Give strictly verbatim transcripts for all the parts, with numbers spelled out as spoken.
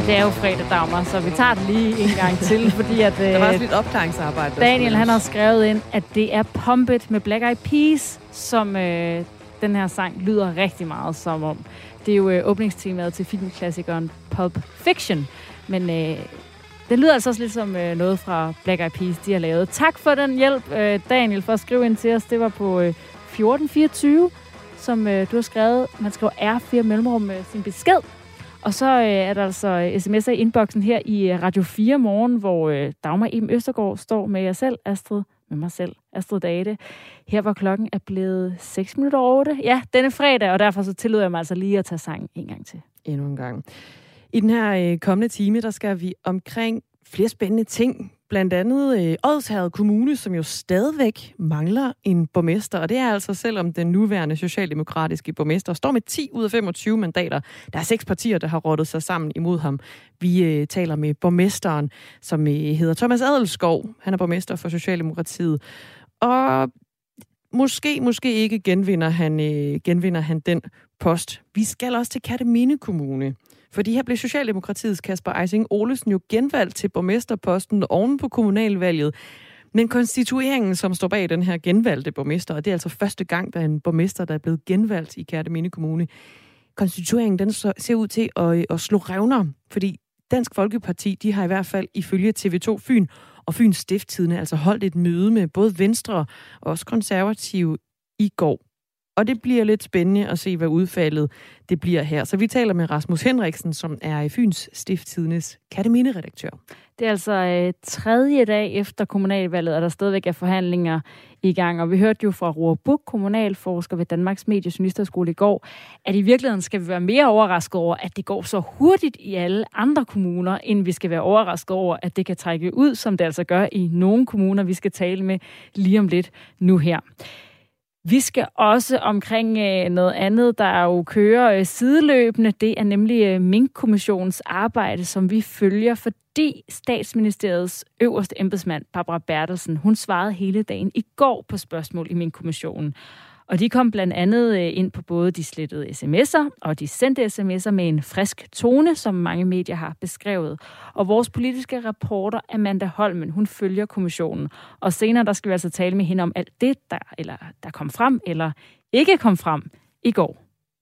det er jo fredag, Dagmar, så vi tager det lige en gang til, fordi at... Der var også lidt opklaringsarbejde. Daniel, han har skrevet ind, at det er Pump It med Black Eyed Peas, som øh, den her sang lyder rigtig meget som om. Det er jo øh, åbningstemaet til filmklassikeren Pulp Fiction, men øh, det lyder altså også lidt som øh, noget fra Black Eyed Peas, de har lavet. Tak for den hjælp, øh, Daniel, for at skrive ind til os. Det var på øh, fjorten fireogtyve, som øh, du har skrevet. Man skriver R fire mellemrum med sin besked. Og så øh, er der altså øh, sms'er i inboxen her i øh, Radio fire morgen, hvor øh, Dagmar Eben Østergaard står med jer selv, Astrid, med mig selv, Astrid Date. Her hvor klokken er blevet seks minutter over otte. Ja, denne fredag, og derfor så tillod jeg mig altså lige at tage sangen en gang til. Endnu en gang. I den her øh, kommende time, der skal vi omkring flere spændende ting. Blandt andet øh, Odsherred Kommune, som jo stadigvæk mangler en borgmester. Og det er altså, selvom den nuværende socialdemokratiske borgmester står med ti ud af femogtyve mandater. Der er seks partier, der har rottet sig sammen imod ham. Vi øh, taler med borgmesteren, som øh, hedder Thomas Adelskov. Han er borgmester for Socialdemokratiet. Og måske, måske ikke genvinder han, øh, genvinder han den post. Vi skal også til Kerteminde Kommune. Fordi her blev Socialdemokratiets Kasper Ejsing Olesen jo genvalgt til borgmesterposten oven på kommunalvalget. Men konstitueringen, som står bag den her genvalgte borgmester, og det er altså første gang, der er en borgmester, der er blevet genvalgt i Kerteminde Kommune. Konstitueringen, den ser ud til at, at slå revner, fordi Dansk Folkeparti, de har i hvert fald ifølge T V to Fyn og Fyns Stiftstidende altså holdt et møde med både Venstre og også Konservative i går. Og det bliver lidt spændende at se, hvad udfaldet det bliver her. Så vi taler med Rasmus Henriksen, som er i Fyns Stiftstidendes Kerteminde-redaktør. Det er altså øh, tredje dag efter kommunalvalget, og der stadigvæk er forhandlinger i gang. Og vi hørte jo fra Roar Buch, kommunalforsker ved Danmarks Mediejournalisterskole i går, at i virkeligheden skal vi være mere overrasket over, at det går så hurtigt i alle andre kommuner, end vi skal være overrasket over, at det kan trække ud, som det altså gør i nogle kommuner, vi skal tale med lige om lidt nu her. Vi skal også omkring øh, noget andet, der jo kører øh, sideløbende. Det er nemlig øh, Minkkommissionens arbejde, som vi følger, fordi Statsministeriets øverste embedsmand, Barbara Bertelsen, hun svarede hele dagen i går på spørgsmål i Minkkommissionen. Og de kom blandt andet øh, ind på både de slettede sms'er og de sendte sms'er med en frisk tone, som mange medier har beskrevet. Og vores politiske reporter Amanda Holmen, hun følger kommissionen. Og senere der skal vi altså tale med hende om alt det, der, eller, der kom frem eller ikke kom frem i går.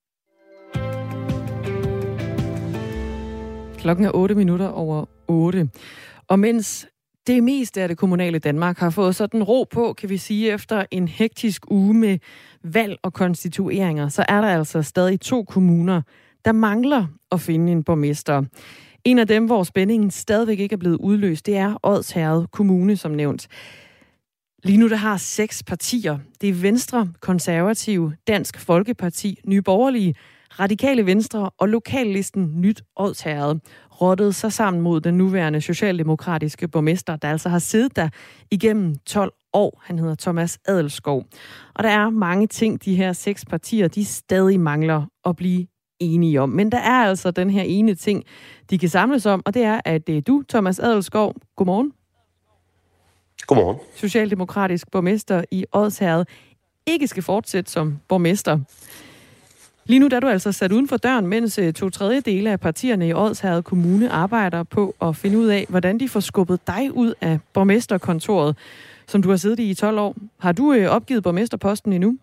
Klokken er otte minutter over otte. Og mens det meste af det kommunale Danmark har fået sådan ro på, kan vi sige, efter en hektisk uge med valg og konstitueringer, så er der altså stadig to kommuner, der mangler at finde en borgmester. En af dem, hvor spændingen stadigvæk ikke er blevet udløst, det er Odsherred Kommune, som nævnt. Lige nu der har seks partier. Det er Venstre, Konservative, Dansk Folkeparti, Nye Borgerlige, Radikale Venstre og lokallisten Nyt Odsherred rottede sig sammen mod den nuværende socialdemokratiske borgmester, der altså har siddet der igennem tolv år. Han hedder Thomas Adelskov. Og der er mange ting, de her seks partier, de stadig mangler at blive enige om. Men der er altså den her ene ting, de kan samles om, og det er, at det er du, Thomas Adelskov. Godmorgen. Godmorgen. Socialdemokratisk borgmester i Odsherred ikke skal fortsætte som borgmester. Lige nu der er du altså sat uden for døren, mens to tredjedele af partierne i Odsherred Kommune arbejder på at finde ud af, hvordan de får skubbet dig ud af borgmesterkontoret, som du har siddet i i tolv år. Har du øh, opgivet borgmesterposten endnu?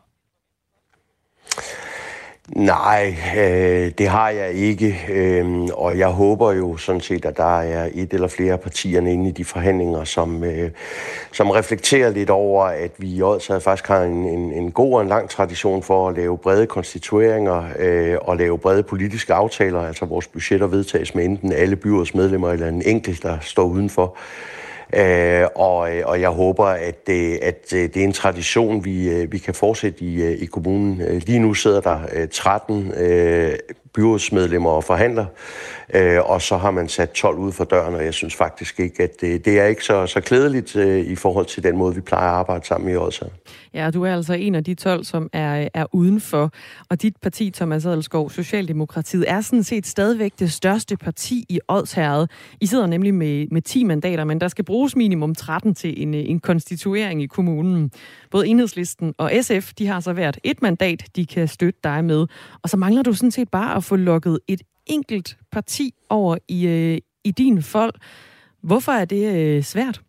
Nej, øh, det har jeg ikke, øh, og jeg håber jo sådan set, at der er et eller flere partierne inde i de forhandlinger, som, øh, som reflekterer lidt over, at vi i Odsherred faktisk har en, en, en god og en lang tradition for at lave brede konstitueringer øh, og lave brede politiske aftaler, altså vores budgetter vedtages med enten alle byrådsmedlemmer eller en enkelt, der står udenfor. Øh, og, og jeg håber, at, at det er en tradition, vi, vi kan fortsætte i, i kommunen. Lige nu sidder der tretten øh, byrådsmedlemmer og forhandler, øh, og så har man sat tolv ude for døren, og jeg synes faktisk ikke, at det, det er ikke så, så klædeligt øh, i forhold til den måde, vi plejer at arbejde sammen i Odsherred. Ja, du er altså en af de tolv, som er, er udenfor, og dit parti, Thomas Adelskov, Socialdemokratiet, er sådan set stadigvæk det største parti i Odsherred. I sidder nemlig med, med ti mandater, men der skal bruges minimum tretten til en, en konstituering i kommunen. Både Enhedslisten og S F, de har så hvert et mandat, de kan støtte dig med, og så mangler du sådan set bare at få lukket et enkelt parti over i, øh, i din fold. Hvorfor er det øh, svært?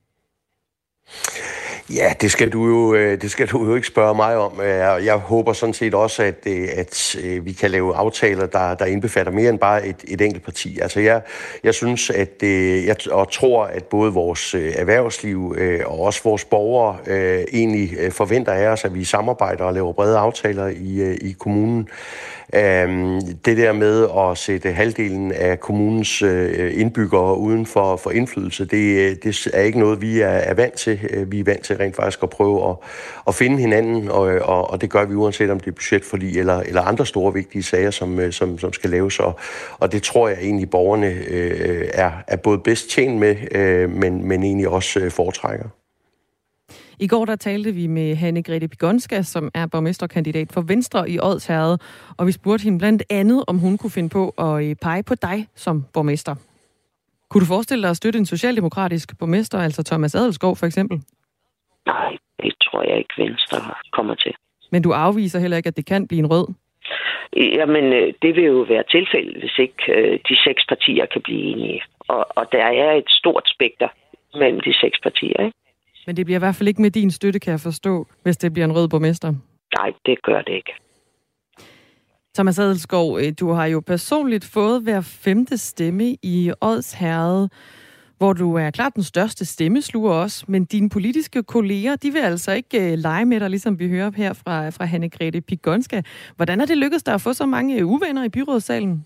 Ja, det skal du jo, det skal du jo ikke spørge mig om. Jeg håber sådan set også, at, at vi kan lave aftaler, der, der indbefatter mere end bare et, et enkelt parti. Altså jeg, jeg synes, at jeg og tror, at både vores erhvervsliv og også vores borgere egentlig forventer af os, at vi samarbejder og laver brede aftaler i, i kommunen. Det der med at sætte halvdelen af kommunens indbyggere uden for, for indflydelse, det, det er ikke noget, vi er, er vant til. Vi er vant til rent faktisk at prøve at, at finde hinanden, og, og, og det gør vi uanset om det er budgetforlig eller, eller andre store vigtige sager, som, som, som skal laves. Og, og det tror jeg egentlig, borgerne øh, er, er både bedst tjent med, øh, men, men egentlig også øh, foretrækker. I går der talte vi med Hanne-Grethe Pigonska, som er borgmesterkandidat for Venstre i Odsherred, og vi spurgte hende blandt andet, om hun kunne finde på at pege på dig som borgmester. Kunne du forestille dig at støtte en socialdemokratisk borgmester, altså Thomas Adelskov for eksempel? Nej, det tror jeg ikke, Venstre kommer til. Men du afviser heller ikke, at det kan blive en rød? Jamen, det vil jo være tilfældet, hvis ikke de seks partier kan blive enige. Og, og der er et stort spekter mellem de seks partier, ikke? Men det bliver i hvert fald ikke med din støtte, kan jeg forstå, hvis det bliver en rød borgmester. Nej, det gør det ikke. Thomas Adelskov, du har jo personligt fået hver femte stemme i Odsherred, hvor du er klart den største stemmesluger også, men dine politiske kolleger, de vil altså ikke lege med dig, ligesom vi hører her fra, fra Hanne-Grethe Pigonska. Hvordan er det lykkedes dig at få så mange uvenner i byrådssalen?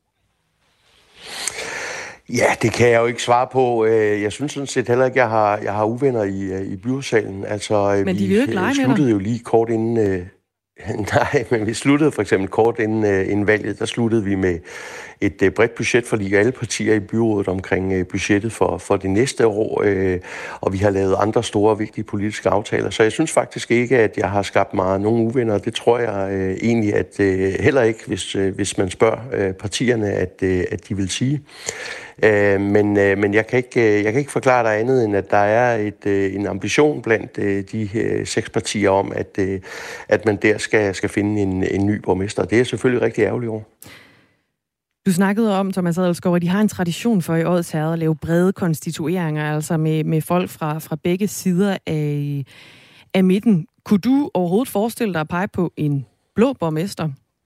Ja, det kan jeg jo ikke svare på. Jeg synes sådan set heller ikke, jeg har, jeg har uvenner i, i byrådssalen. Altså, men de vil jo ikke lege med dig. Vi sluttede jo lige kort inden... Nej, men vi sluttede for eksempel kort inden, inden valget, der sluttede vi med et bredt budgetforlig af alle partier i byrådet omkring budgettet for, for det næste år, og vi har lavet andre store, vigtige politiske aftaler. Så jeg synes faktisk ikke, at jeg har skabt mig nogen uvenner. Det tror jeg egentlig, at heller ikke, hvis, hvis man spørger partierne, at, at de vil sige. Men, men jeg, kan ikke, jeg kan ikke forklare dig andet, end at der er et, en ambition blandt de seks partier om, at, at man der skal, skal finde en, en ny borgmester. Det er selvfølgelig rigtig ærgerligt over. Du snakkede om, Thomas Adelskov, at de har en tradition for i Odsherred at lave brede konstitueringer, altså med, med folk fra, fra begge sider af, af midten. Kunne du overhovedet forestille dig at pege på en blå borgmester?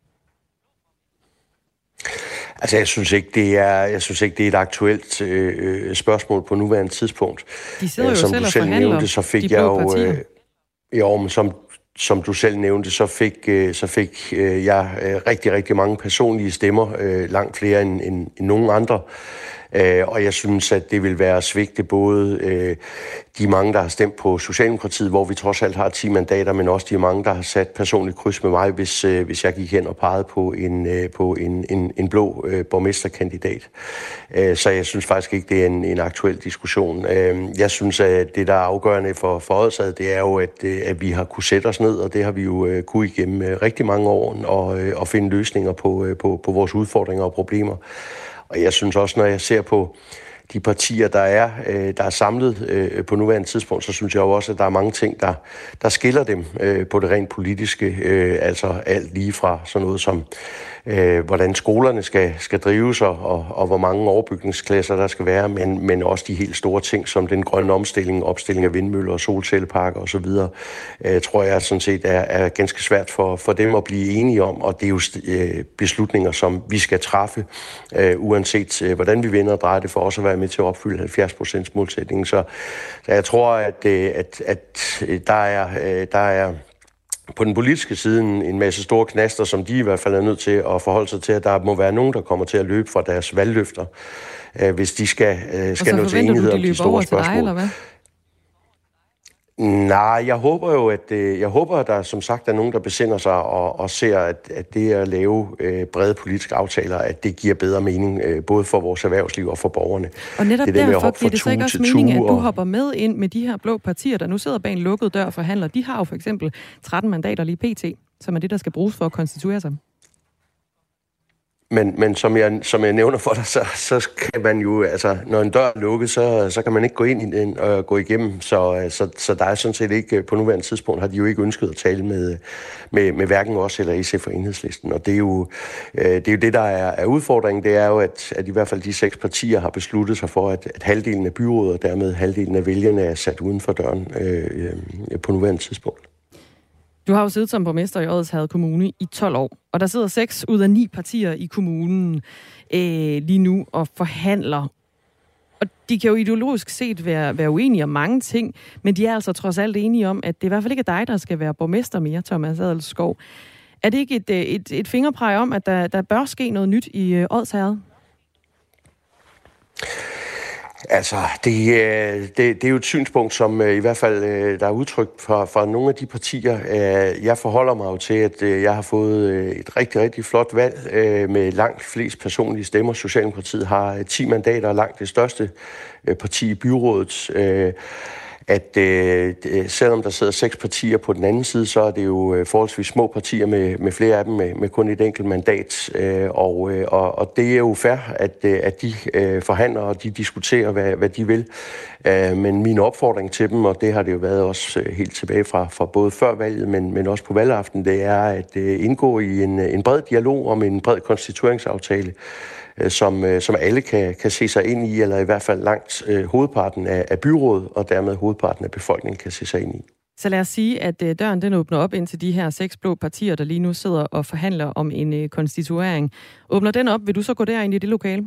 Altså, jeg synes ikke, det er, jeg synes ikke, det er et aktuelt øh, spørgsmål på nuværende tidspunkt. De sidder jo som selv og selv nævnte, så fik jeg jo, øh, jo, men som Som du selv nævnte, så fik, så fik jeg rigtig, rigtig mange personlige stemmer, langt flere end, end, end nogen andre. Og jeg synes, at det vil være at svigte både de mange, der har stemt på Socialdemokratiet, hvor vi trods alt har ti mandater, men også de mange, der har sat personligt kryds med mig, hvis, hvis jeg gik hen og pegede på en, på en, en, en blå borgmesterkandidat. Så jeg synes faktisk ikke, det er en, en aktuel diskussion. Jeg synes, at det, der er afgørende for, for Odsherred, det er jo, at, at vi har kunne sætte os ned, og det har vi jo kunne igennem rigtig mange år, og, og finde løsninger på, på, på vores udfordringer og problemer. Og jeg synes også, når jeg ser på de partier, der er, der er samlet på nuværende tidspunkt, så synes jeg jo også, at der er mange ting, der, der skiller dem på det rent politiske. Altså alt lige fra sådan noget som, hvordan skolerne skal, skal drives, og, og hvor mange overbygningsklasser der skal være, men, men også de helt store ting, som den grønne omstilling, opstilling af vindmøller og solcelleparker osv., tror jeg sådan set er, er ganske svært for, for dem at blive enige om, og det er jo beslutninger, som vi skal træffe, uanset hvordan vi vinder og drejer det for os at være med til at opfylde halvfjerds procent målsætningen. Så, så jeg tror, at, at, at der er, der er på den politiske side en masse store knaster, som de i hvert fald er nødt til at forholde sig til, at der må være nogen, der kommer til at løbe fra deres valgløfter, hvis de skal, skal nå til enighed om de store spørgsmål. Dig, eller hvad? Nej, jeg håber jo, at jeg håber, at der som sagt er nogen, der besinder sig og, og ser, at, at det at lave øh, brede politiske aftaler, at det giver bedre mening, øh, både for vores erhvervsliv og for borgerne. Og netop det derfor giver det så ikke også mening, at du hopper med ind med de her blå partier, der nu sidder bag en lukket dør og forhandler. De har jo for eksempel tretten mandater lige pt., som er det, der skal bruges for at konstituere sig. Men, men som, jeg, som jeg nævner for dig, så, så kan man jo, altså når en dør er lukket, så, så kan man ikke gå ind i den og gå igennem. Så, så, så der er sådan set ikke, på nuværende tidspunkt har de jo ikke ønsket at tale med, med, med hverken os eller S F og Enhedslisten. Og det er jo det, er jo det der er, er udfordringen, det er jo, at, at i hvert fald de seks partier har besluttet sig for, at, at halvdelen af byrådet og dermed halvdelen af vælgerne er sat uden for døren øh, øh, på nuværende tidspunkt. Du har jo siddet som borgmester i Odsherred Kommune i tolv år, og der sidder seks ud af ni partier i kommunen øh, lige nu og forhandler. Og de kan jo ideologisk set være, være uenige om mange ting, men de er altså trods alt enige om, at det i hvert fald ikke er dig, der skal være borgmester mere, Thomas Adelskov. Er det ikke et, et, et fingerpræg om, at der, der bør ske noget nyt i øh, Odsherred? Altså, det, det, det er jo et synspunkt, som i hvert fald der er udtrykt fra, fra nogle af de partier. Jeg forholder mig jo til, at jeg har fået et rigtig, rigtig flot valg med langt flest personlige stemmer. Socialdemokratiet har ti mandater og langt det største parti i byrådet. At øh, selvom der sidder seks partier på den anden side, så er det jo øh, forholdsvis små partier med, med flere af dem med, med kun et enkelt mandat. Øh, og, øh, og, og det er jo fair, at, øh, at de øh, forhandler og de diskuterer, hvad, hvad de vil. Øh, men min opfordring til dem, og det har det jo været også øh, helt tilbage fra, fra både før valget, men, men også på valgaften, det er at øh, indgå i en, en bred dialog om en bred konstitueringsaftale, Som, som alle kan, kan se sig ind i, eller i hvert fald langt øh, hovedparten af, af byrådet, og dermed hovedparten af befolkningen kan se sig ind i. Så lad os sige, at øh, døren den åbner op ind til de her seks blå partier, der lige nu sidder og forhandler om en øh, konstituering. Åbner den op, vil du så gå derind i det lokale?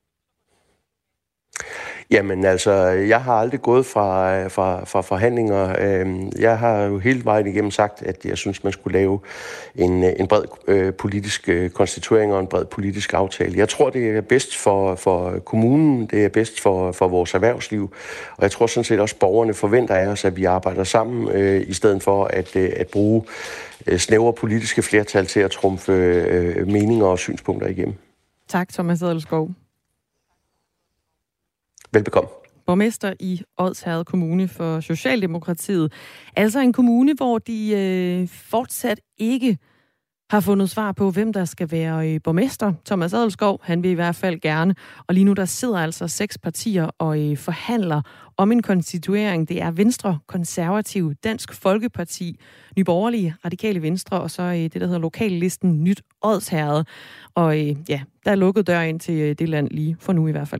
Jamen altså, jeg har aldrig gået fra, fra, fra forhandlinger. Jeg har jo hele vejen igennem sagt, at jeg synes, man skulle lave en, en bred øh, politisk konstituering og en bred politisk aftale. Jeg tror, det er bedst for, for kommunen, det er bedst for, for vores erhvervsliv, og jeg tror sådan set også, borgerne forventer af os, at vi arbejder sammen, øh, i stedet for at, øh, at bruge øh, snævre politiske flertal til at trumfe øh, meninger og synspunkter igennem. Tak, Thomas Adelskov. Velbekomme. Borgmester i Odsherred Kommune for Socialdemokratiet. Altså en kommune, hvor de øh, fortsat ikke har fundet svar på, hvem der skal være øh, borgmester. Thomas Adelskov, han vil i hvert fald gerne. Og lige nu der sidder altså seks partier og øh, forhandler om en konstituering. Det er Venstre, Konservativ, Dansk Folkeparti, Nye Borgerlige, Radikale Venstre og så øh, det, der hedder lokallisten Nyt Odsherred. Og øh, ja, der er lukket dør ind til øh, det land lige for nu i hvert fald.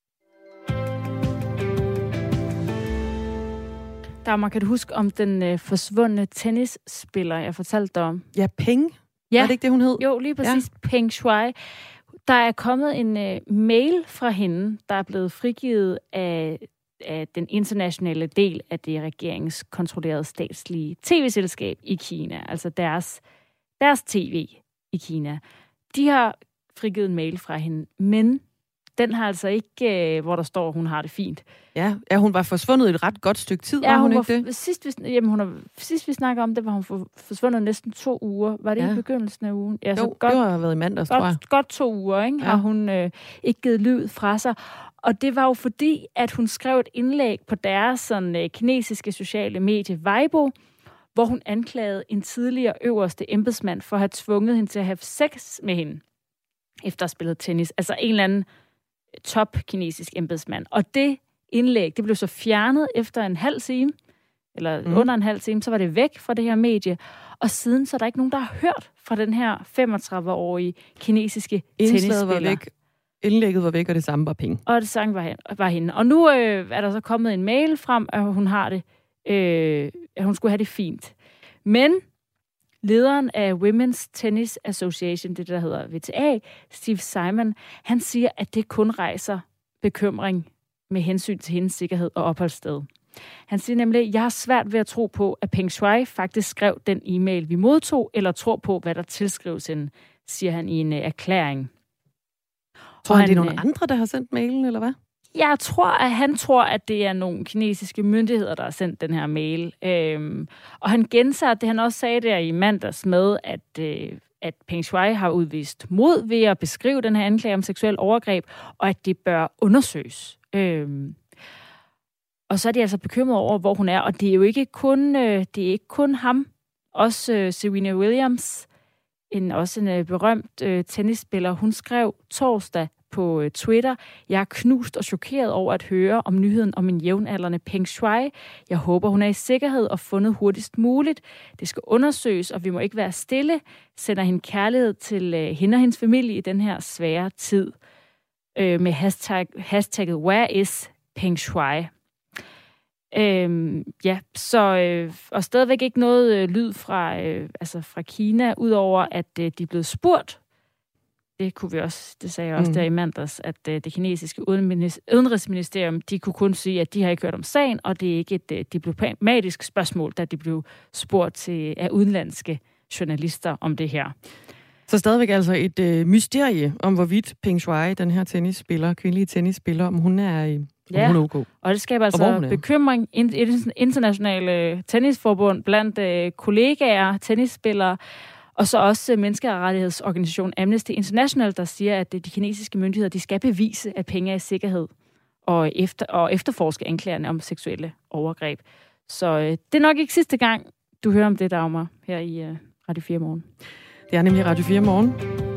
Dagmar, kan du huske om den øh, forsvundne tennisspiller, jeg fortalte dig om? Ja, Peng. Ja. Var det ikke det, hun hed? Jo, lige præcis. Ja. Peng Shuai. Der er kommet en øh, mail fra hende, der er blevet frigivet af, af den internationale del af det regeringskontrollerede statslige tv-selskab i Kina. Altså deres, deres tv i Kina. De har frigivet en mail fra hende, men den har altså ikke, øh, hvor der står, at hun har det fint. Ja, ja, hun var forsvundet et ret godt stykke tid, ja, var hun, hun ikke var, det? Sidst vi, jamen, hun har, sidst vi snakkede om det, var hun for, forsvundet næsten to uger. Var det ja. i begyndelsen af ugen? Ja, jo, så godt, det har været i mandags, godt, tror jeg. Godt to uger, ikke? Ja. Har hun øh, ikke givet lyd fra sig. Og det var jo fordi, at hun skrev et indlæg på deres sådan, øh, kinesiske sociale medie, Weibo, hvor hun anklagede en tidligere øverste embedsmand for at have tvunget hende til at have sex med hende, efter at have spillet tennis. Altså en eller anden top kinesisk embedsmand. Og det indlæg, det blev så fjernet efter en halv time, eller mm. under en halv time, så var det væk fra det her medie. Og siden så er der ikke nogen, der har hørt fra den her femogtredive-årige kinesiske tennisspiller. Var væk. Indlægget var væk, og det samme var penge. Og det samme var, var hende. Og nu øh, er der så kommet en mail frem, at hun har det, øh, at hun skulle have det fint. Men lederen af Women's Tennis Association, det der hedder W T A, Steve Simon, han siger, at det kun rejser bekymring med hensyn til hendes sikkerhed og opholdssted. Han siger nemlig, at jeg har svært ved at tro på, at Peng Shuai faktisk skrev den e-mail, vi modtog, eller tror på, hvad der tilskrives hende, siger han i en uh, erklæring. Tror han, han, det er nogle andre, der har sendt mailen, eller hvad? Jeg tror, at han tror, at det er nogle kinesiske myndigheder, der har sendt den her mail. Øhm, og han gentager det, han også sagde der i mandags med, at, øh, at Peng Shuai har udvist mod ved at beskrive den her anklage om seksuel overgreb, og at det bør undersøges. Øhm, og så er de altså bekymrede over, hvor hun er, og det er jo ikke kun, øh, det er ikke kun ham. Også øh, Serena Williams, en også en øh, berømt øh, tennisspiller, hun skrev torsdag på øh, Twitter: "Jeg er knust og chokeret over at høre om nyheden om min jævnaldrende Peng Shuai. Jeg håber, hun er i sikkerhed og fundet hurtigst muligt. Det skal undersøges, og vi må ikke være stille. Sender hende kærlighed til øh, hende og hendes familie i den her svære tid." Øh, med hashtag, hashtagget Where is Peng Shuai? Øhm, ja, så øh, og stadigvæk ikke noget øh, lyd fra, øh, altså fra Kina, udover at øh, de er blevet spurgt. Det kunne vi også, det sagde jeg også mm. der i mandags, at øh, det kinesiske udenrigsministerium, de kunne kun sige, at de har ikke hørt om sagen, og det er ikke et øh, diplomatisk spørgsmål, da de blev spurgt til af udenlandske journalister om det her. Så stadigvæk altså et øh, mysterie om, hvorvidt Peng Shuai, den her tennisspiller, kvindelige tennisspiller, om hun er i ja, hun er okay. Og det skaber altså bekymring i det internationale tennisforbund blandt øh, kollegaer, tennisspillere, og så også menneskerettighedsorganisationen Amnesty International, der siger, at de kinesiske myndigheder, de skal bevise, at penge er i sikkerhed og, efter, og efterforske anklagerne om seksuelle overgreb. Så øh, det er nok ikke sidste gang, du hører om det, Dagmar, her i øh, Radio fire Morgen. Det er nemlig Radio fire Morgen.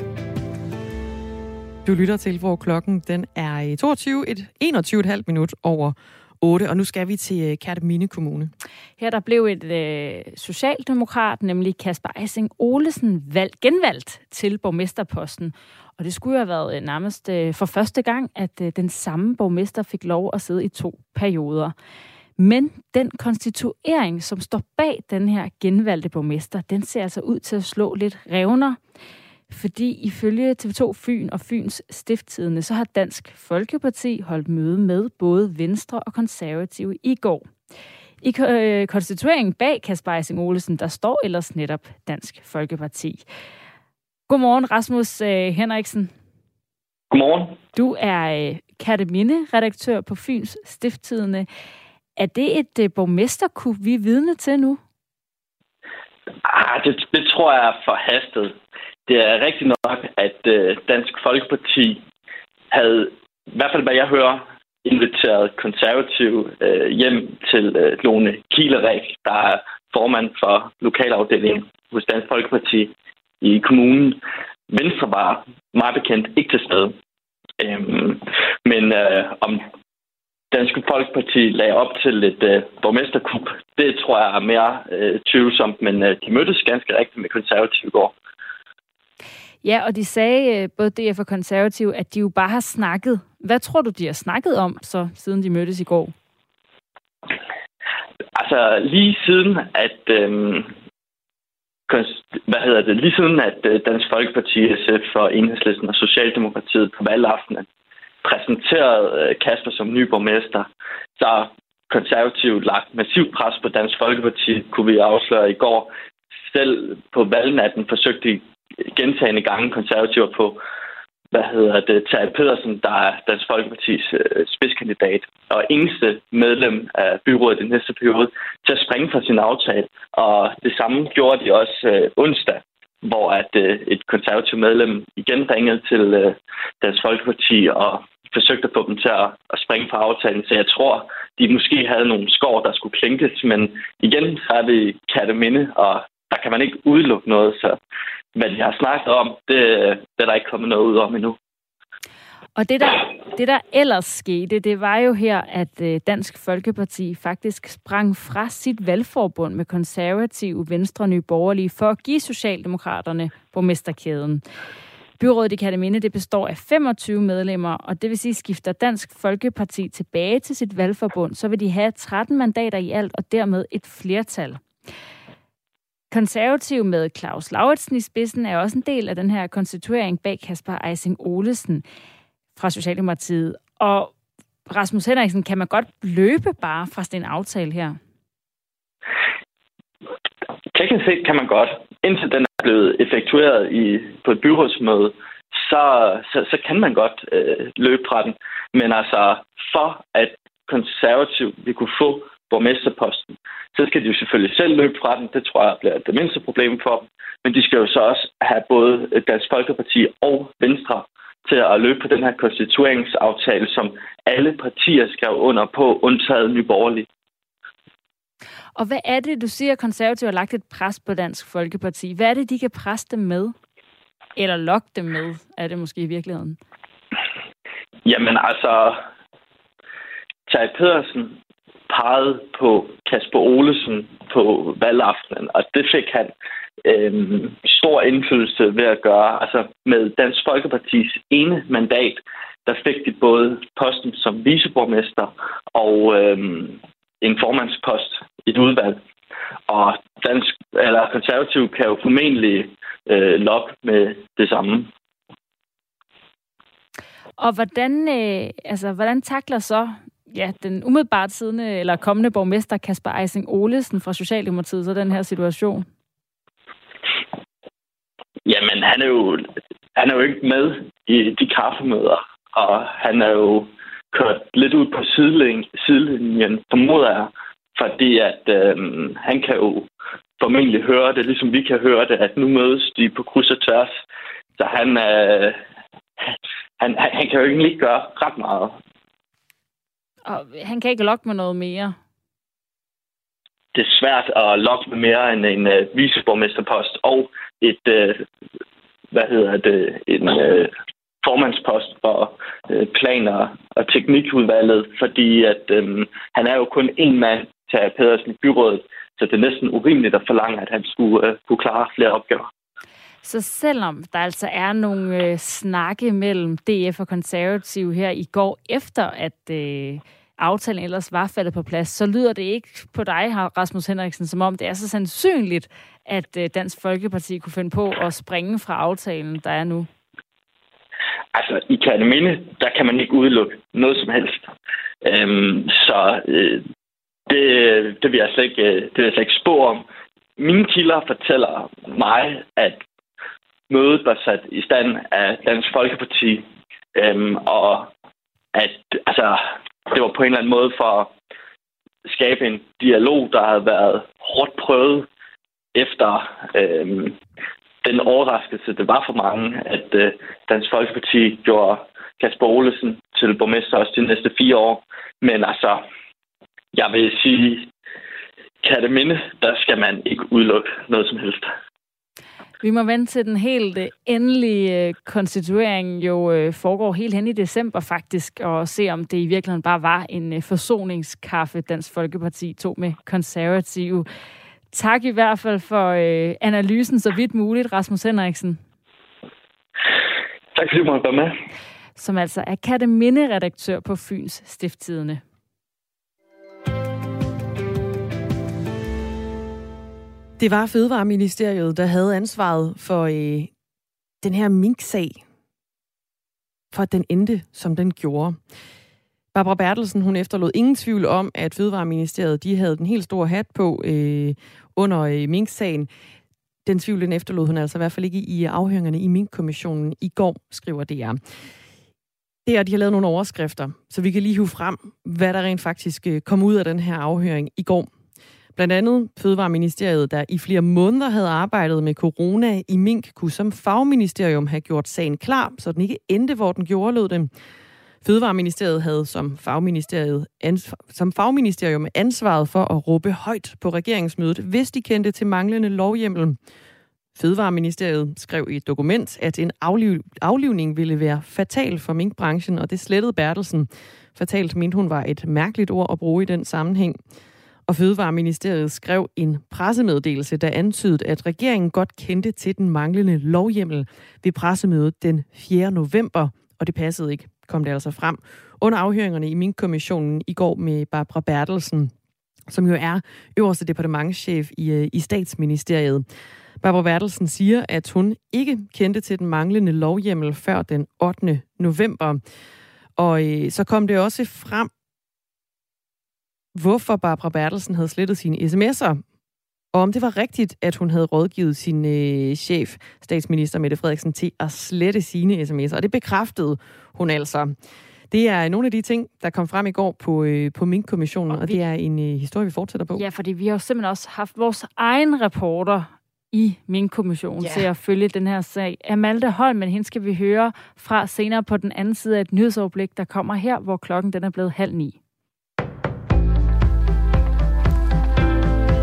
Du lytter til, hvor klokken den er toogtyve, enogtyve komma fem minut over otte, og nu skal vi til Kerteminde Kommune. Her der blev et øh, socialdemokrat, nemlig Kasper Ejsing Olesen, valgt, genvalgt til borgmesterposten. Og det skulle jo have været øh, nærmest øh, for første gang, at øh, den samme borgmester fik lov at sidde i to perioder. Men den konstituering, som står bag den her genvalgte borgmester, den ser altså ud til at slå lidt revner. Fordi ifølge T V to Fyn og Fyns Stiftstidende, så har Dansk Folkeparti holdt møde med både Venstre og Konservative i går. I øh, konstitueringen bag Kasper Ejsing Olesen, der står ellers netop Dansk Folkeparti. Godmorgen, Rasmus øh, Henriksen. Godmorgen. Du er øh, Kerteminde-redaktør på Fyns Stiftstidende. Er det et øh, borgmesterkup, vi er vidne til nu? Ah, det, det tror jeg er forhastet. Det er rigtigt nok, at øh, Dansk Folkeparti havde, i hvert fald hvad jeg hører, inviteret konservative øh, hjem til øh, Lone Kielerik, der er formand for lokalafdelingen hos Dansk Folkeparti i kommunen. Venstre var meget bekendt ikke til stede. Øhm, men øh, om Dansk Folkeparti lagde op til et øh, borgmesterkup, det tror jeg er mere øh, tvivlsomt, men øh, de mødtes ganske rigtigt med konservative i går. Ja, og de sagde, både D F og Konservative, at de jo bare har snakket. Hvad tror du, de har snakket om, så siden de mødtes i går? Altså, lige siden, at... Øhm, hvad hedder det? Lige siden, at Dansk Folkeparti, S F og Enhedslisten og Socialdemokratiet på valgaftenen præsenterede Kasper som ny borgmester, så har Konservative lagt massivt pres på Dansk Folkeparti, kunne vi afsløre i går. Selv på valgnatten forsøgte de gentagende gange konservativer på, hvad hedder det, Terje Pedersen, der er Dansk Folkepartis øh, spidskandidat, og eneste medlem af byrådet i næste periode, til at springe fra sin aftale. Og det samme gjorde de også øh, onsdag, hvor at øh, et konservativt medlem igen ringede til øh, Dansk Folkeparti og forsøgte at få dem til at, at springe fra aftalen. Så jeg tror, de måske havde nogle skår, der skulle klinkes, men igen så er det Kerteminde, og der kan man ikke udelukke noget, så hvad de har snakket om, det, det er der ikke kommet noget ud om endnu. Og det der, det der ellers skete, det var jo her, at Dansk Folkeparti faktisk sprang fra sit valgforbund med Konservative, Venstre og Nye Borgerlige for at give Socialdemokraterne borgmesterkæden. Byrådet i Kerteminde, det består af femogtyve medlemmer, og det vil sige, skifter Dansk Folkeparti tilbage til sit valgforbund, så vil de have tretten mandater i alt, og dermed et flertal. Konservative med Claus Lauritsen i spidsen er også en del af den her konstituering bag Kasper Ejsing Olesen fra Socialdemokratiet. Og Rasmus Henriksen, kan man godt løbe bare fra sådan en aftale her? Teknisk set kan man godt. Indtil den er blevet effektueret i, på et byrådsmøde, så, så, så kan man godt øh, løbe fra den. Men altså, for at konservativ vi kunne få borgmesterposten, så skal de jo selvfølgelig selv løbe fra den. Det tror jeg bliver det mindste problem for dem. Men de skal jo så også have både Dansk Folkeparti og Venstre til at løbe på den her konstitueringsaftale, som alle partier skrev under på, undtaget Nye Borgerlige. Og hvad er det, du siger, at Konservative har lagt et pres på Dansk Folkeparti? Hvad er det, de kan presse dem med? Eller lokke dem med, er det måske i virkeligheden? Jamen altså, Tage Pedersen pegede på Kasper Olesen på valgaftenen, og det fik han øh, stor indflydelse ved at gøre. Altså med Dansk Folkepartis ene mandat, der fik de både posten som viceborgmester og øh, en formandspost i et udvalg. Og dansk, eller Konservative kan jo formentlig øh, lokke med det samme. Og hvordan, øh, altså, hvordan takler så ja, den umiddelbart siddende eller kommende borgmester Kasper Eising Olesen fra Socialdemokratiet så den her situation? Jamen, han er jo, han er jo ikke med i de kaffemøder, og han er jo kørt lidt ud på sidelinjen, sidelinjen formoder jeg, fordi at øh, han kan jo formentlig høre det, ligesom vi kan høre det, at nu mødes de på kryds og tværs. Så han, øh, han, han kan jo egentlig ikke gøre ret meget. Og han kan ikke lokke med noget mere? Det er svært at lokke med mere end en øh, viceborgmesterpost og et, øh, hvad hedder det, en øh, formandspost for øh, planer og teknikudvalget, fordi at øh, han er jo kun én mand til Pedersen i byrådet, så det er næsten urimeligt at forlange, at han skulle øh, kunne klare flere opgaver. Så selvom der altså er nogle øh, snakke mellem D F og Konservative her i går, efter at øh, aftalen ellers var faldet på plads, så lyder det ikke på dig, Rasmus Henriksen, som om det er så sandsynligt, at øh, Dansk Folkeparti kunne finde på at springe fra aftalen, der er nu. Altså, i Kerteminde, der kan man ikke udelukke noget som helst. Øhm, så øh, det, det vil jeg slet ikke, det vil jeg slet ikke spå om. Mine kilder fortæller mig, at mødet var sat i stand af Dansk Folkeparti, øhm, og at altså, det var på en eller anden måde for at skabe en dialog, der havde været hårdt prøvet efter øhm, den overraskelse, det var for mange, at øh, Dansk Folkeparti gjorde Kasper Olesen til borgmester også de næste fire år. Men altså, jeg vil sige, Kerteminde, der skal man ikke udelukke noget som helst. Vi må vente til den helt endelige konstituering jo øh, foregår helt hen i december faktisk, og se om det i virkeligheden bare var en øh, forsoningskaffe, Dansk Folkeparti tog med Konservative. Tak i hvert fald for øh, analysen så vidt muligt, Rasmus Henriksen. Tak fordi du måtte være med. Som altså er Kerteminde-redaktør på Fyns Stiftstidende. Det var Fødevareministeriet, der havde ansvaret for øh, den her mink-sag, for at den endte, som den gjorde. Barbara Bertelsen, hun efterlod ingen tvivl om, at Fødevareministeriet, de havde den helt store hat på øh, under øh, mink-sagen. Den tvivl, den efterlod hun altså i hvert fald ikke i afhøringerne i Mink-kommissionen i går, skriver D R. Det er, de har lavet nogle overskrifter, så vi kan lige hive frem, hvad der rent faktisk øh, kom ud af den her afhøring i går. Blandt andet Fødevareministeriet, der i flere måneder havde arbejdet med corona i mink, kunne som fagministerium have gjort sagen klar, så den ikke endte, hvor den gjorde, lød det. Fødevareministeriet havde som, fagministeriet ansvar, som fagministerium ansvaret for at råbe højt på regeringsmødet, hvis de kendte til manglende lovhjemmel. Fødevareministeriet skrev i et dokument, at en afliv, aflivning ville være fatal for minkbranchen, og det slettede Bertelsen. Fatalt mente hun var et mærkeligt ord at bruge i den sammenhæng. Og Fødevareministeriet skrev en pressemeddelelse, der antydede, at regeringen godt kendte til den manglende lovhjemmel ved pressemødet den fjerde november, og det passede ikke, kom det altså frem. Under afhøringerne i Mink-kommissionen i går med Barbara Bertelsen, som jo er øverste departementschef i, i Statsministeriet. Barbara Bertelsen siger, at hun ikke kendte til den manglende lovhjemmel før den ottende november. Og øh, så kom det også frem, hvorfor Barbara Bertelsen havde slettet sine sms'er, og om det var rigtigt, at hun havde rådgivet sin øh, chef, statsminister Mette Frederiksen, til at slette sine sms'er. Og det bekræftede hun altså. Det er nogle af de ting, der kom frem i går på, øh, på Mink-kommissionen, og, og det er en øh, historie, vi fortsætter på. Ja, fordi vi har jo simpelthen også haft vores egen reporter i Mink-kommissionen yeah. til at følge den her sag. Amalie Holm, men hende skal vi høre fra senere på den anden side af et nyhedsoverblik, der kommer her, hvor klokken den er blevet halv ni.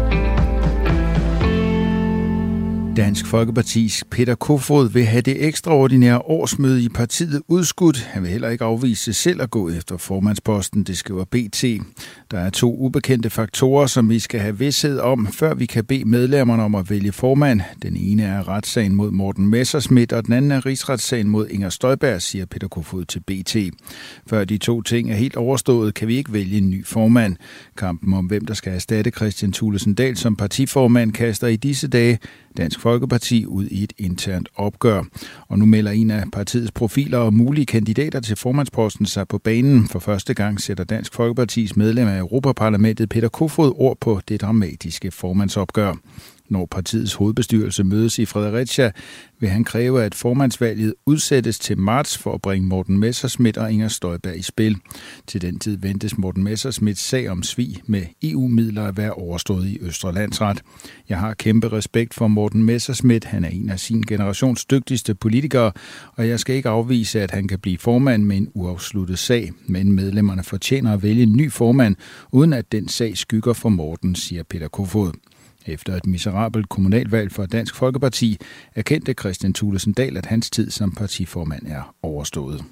Dansk Folkepartis Peter Kofod vil have det ekstraordinære årsmøde i partiet udskudt. Han vil heller ikke afvise selv at gå efter formandsposten, det skriver B T. Der er to ubekendte faktorer, som vi skal have vished om, før vi kan bede medlemmerne om at vælge formand. Den ene er retssagen mod Morten Messerschmidt, og den anden er rigsretssagen mod Inger Støjberg, siger Peter Kofod til B T. Før de to ting er helt overstået, kan vi ikke vælge en ny formand. Kampen om, hvem der skal erstatte Kristian Thulesen Dahl som partiformand, kaster i disse dage Dansk Folkeparti ud i et internt opgør. Og nu melder en af partiets profiler og mulige kandidater til formandsposten sig på banen. For første gang sætter Dansk Folkepartis medlem af Europaparlamentet Peter Kofod ord på det dramatiske formandsopgør. Når partiets hovedbestyrelse mødes i Fredericia, vil han kræve, at formandsvalget udsættes til marts for at bringe Morten Messerschmidt og Inger Støjberg i spil. Til den tid ventes Morten Messerschmidts sag om svig med E U-midler at være overstået i Østre Landsret. Jeg har kæmpe respekt for Morten Messerschmidt. Han er en af sin generations dygtigste politikere, og jeg skal ikke afvise, at han kan blive formand med en uafsluttet sag. Men medlemmerne fortjener at vælge en ny formand, uden at den sag skygger for Morten, siger Peter Kofod. Efter et miserabelt kommunalvalg for Dansk Folkeparti erkendte Kristian Thulesen Dahl, at hans tid som partiformand er overstået.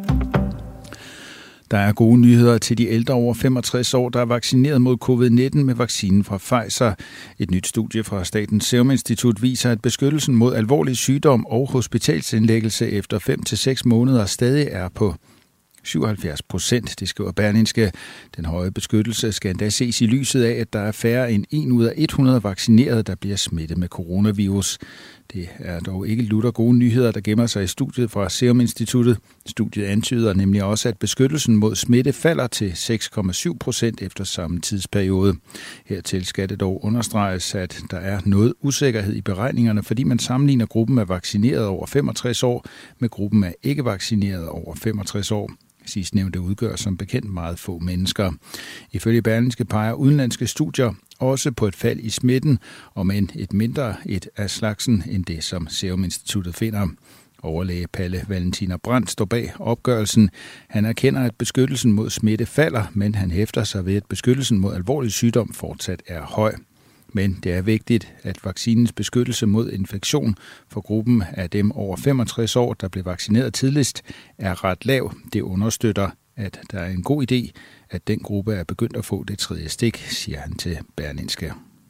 Der er gode nyheder til de ældre over femogtres år, der er vaccineret mod covid nitten med vaccinen fra Pfizer. Et nyt studie fra Statens Serum Institut viser, at beskyttelsen mod alvorlig sygdom og hospitalsindlæggelse efter fem til seks måneder stadig er på syvoghalvfjerds procent, det skriver Berlingske. Den høje beskyttelse skal endda ses i lyset af, at der er færre end en ud af hundrede vaccinerede, der bliver smittet med coronavirus. Det er dog ikke lutter gode nyheder, der gemmer sig i studiet fra Serum Instituttet. Studiet antyder nemlig også, at beskyttelsen mod smitte falder til seks komma syv procent efter samme tidsperiode. Hertil skal det dog understreges, at der er noget usikkerhed i beregningerne, fordi man sammenligner gruppen af vaccinerede over femogtres år med gruppen af ikke-vaccinerede over femogtres år. Sidstnævnte udgør som bekendt meget få mennesker. Ifølge Berlingske peger udenlandske studier også på et fald i smitten, og men et mindre et af slagsen end det, som Serum Instituttet finder. Overlæge Palle Valentiner Brandt står bag opgørelsen. Han erkender, at beskyttelsen mod smitte falder, men han hæfter sig ved, at beskyttelsen mod alvorlig sygdom fortsat er høj. Men det er vigtigt, at vaccinens beskyttelse mod infektion for gruppen af dem over femogtres år, der blev vaccineret tidligst, er ret lav. Det understøtter, at der er en god idé, at den gruppe er begyndt at få det tredje stik, siger han til Berlingske.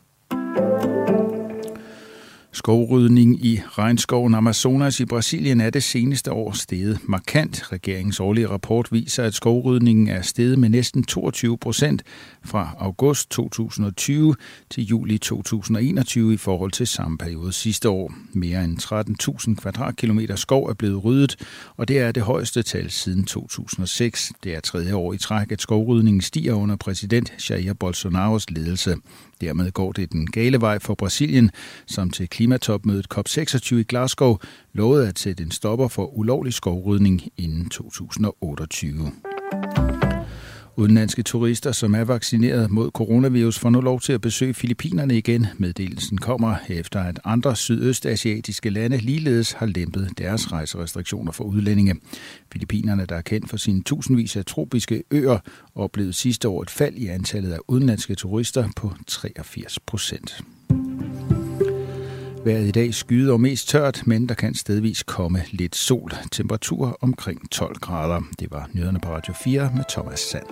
Skovrydning i regnskoven Amazonas i Brasilien er det seneste år steget markant. Regeringens årlige rapport viser, at skovrydningen er steget med næsten toogtyve procent fra august to tusind og tyve til juli to tusind og enogtyve i forhold til samme periode sidste år. Mere end tretten tusind kvadratkilometer skov er blevet ryddet, og det er det højeste tal siden to tusind og seks. Det er tredje år i træk, at skovrydningen stiger under præsident Jair Bolsonaros ledelse. Dermed går det den gale vej for Brasilien, som til klimatopmødet COP seksogtyve i Glasgow lovede at sætte en stopper for ulovlig skovrydning inden to tusind og otteogtyve. Udenlandske turister, som er vaccineret mod coronavirus, får nu lov til at besøge Filippinerne igen. Meddelelsen kommer efter, at andre sydøstasiatiske lande ligeledes har lempet deres rejserestriktioner for udlændinge. Filippinerne, der er kendt for sine tusindvis af tropiske øer, oplevede sidste år et fald i antallet af udenlandske turister på treogfirs procent. Vejret i dag skyet og mest tørt, men der kan stedvis komme lidt sol. Temperatur omkring tolv grader. Det var nyhederne på Radio fire med Thomas Sand.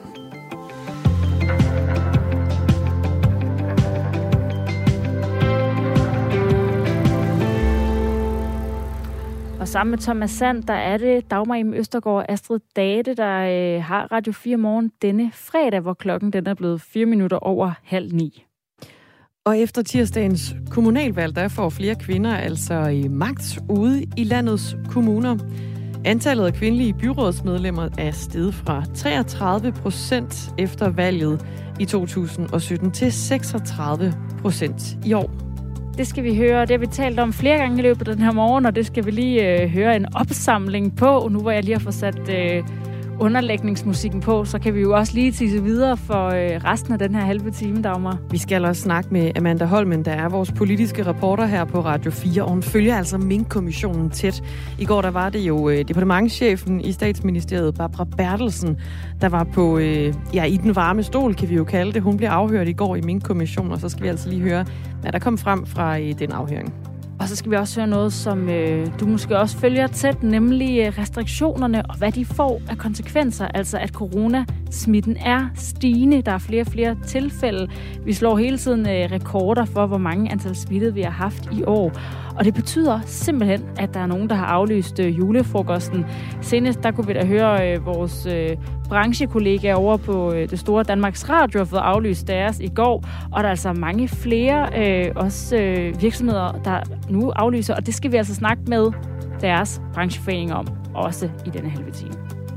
Og sammen med Thomas Sand, der er det Dagmar Im Østergaard og Astrid Date, der øh, har Radio fire morgen denne fredag, hvor klokken den er blevet fire minutter over halv ni. Og efter tirsdagens kommunalvalg, der får flere kvinder altså i magt ude i landets kommuner. Antallet af kvindelige byrådsmedlemmer er steget fra treogtredive procent efter valget i to tusind og sytten til seksogtredive procent i år. Det skal vi høre, det har vi talt om flere gange i løbet af den her morgen, og det skal vi lige øh, høre en opsamling på. Nu hvor jeg lige har fået sat øh, underlægningsmusikken på, så kan vi jo også lige tisse videre for øh, resten af den her halve time, Dagmar. Vi skal også snakke med Amanda Holmen, der er vores politiske reporter her på Radio fire, og hun følger altså Mink-kommissionen tæt. I går der var det jo øh, departementschefen i Statsministeriet, Barbara Bertelsen, der var på øh, ja, i den varme stol, kan vi jo kalde det. Hun blev afhørt i går i Mink-kommissionen, og så skal vi altså lige høre, hvad der kom frem fra øh, den afhøring. Og så skal vi også høre noget, som øh, du måske også følger tæt, nemlig restriktionerne og hvad de får af konsekvenser. Altså at coronasmitten er stigende. Der er flere og flere tilfælde. Vi slår hele tiden øh, rekorder for, hvor mange antal smittede vi har haft i år. Og det betyder simpelthen, at der er nogen, der har aflyst øh, julefrokosten. Senest der kunne vi da høre øh, vores øh, branchekollegaer over på øh, det store Danmarks Radio har fået aflyst deres i går. Og der er altså mange flere øh, også øh, virksomheder, der nu aflyser. Og det skal vi altså snakke med deres brancheforeninger om, også i denne halve time.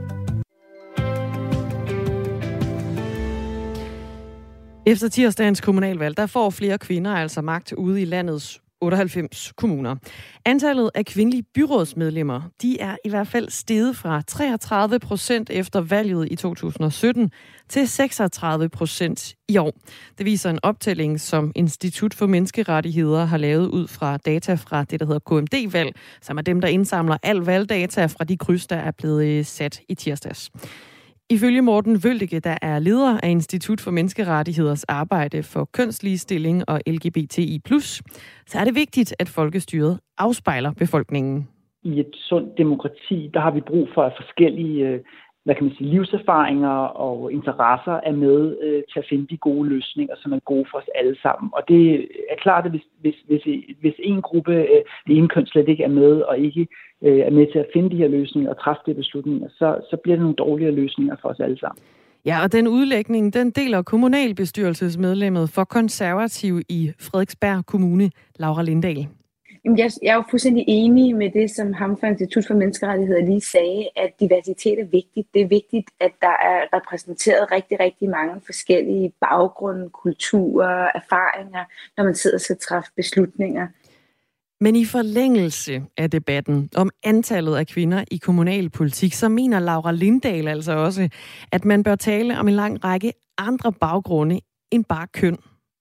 Efter tirsdagens kommunalvalg, der får flere kvinder altså magt ude i landets otteoghalvfems kommuner. Antallet af kvindelige byrådsmedlemmer, de er i hvert fald steget fra treogtredive procent efter valget i to tusind og sytten til seksogtredive procent i år. Det viser en optælling, som Institut for Menneskerettigheder har lavet ud fra data fra det, der hedder K M D-valg, som er dem, der indsamler al valgdata fra de kryds, der er blevet sat i tirsdags. Ifølge Morten Wøldike, der er leder af Institut for Menneskerettigheders arbejde for kønsligestilling og L G B T I plus, så er det vigtigt, at folkestyret afspejler befolkningen. I et sundt demokrati, der har vi brug for, at forskellige hvad kan man sige, livserfaringer og interesser er med øh, til at finde de gode løsninger, som er gode for os alle sammen. Og det er klart, at hvis, hvis, hvis, hvis en gruppe, øh, det ene køn slet ikke er med, og ikke øh, er med til at finde de her løsninger og træffe de beslutninger, så, så bliver det nogle dårligere løsninger for os alle sammen. Ja, og den udlægning, den deler kommunalbestyrelsesmedlemmet for Konservativ i Frederiksberg Kommune, Laura Lindahl. Jeg, jeg er jo fuldstændig enig med det, som ham fra Institut for Menneskerettigheder lige sagde, at diversitet er vigtigt. Det er vigtigt, at der er repræsenteret rigtig, rigtig mange forskellige baggrunde, kulturer, erfaringer, når man sidder og skal træffe beslutninger. Men i forlængelse af debatten om antallet af kvinder i kommunalpolitik, så mener Laura Lindahl altså også, at man bør tale om en lang række andre baggrunde end bare køn.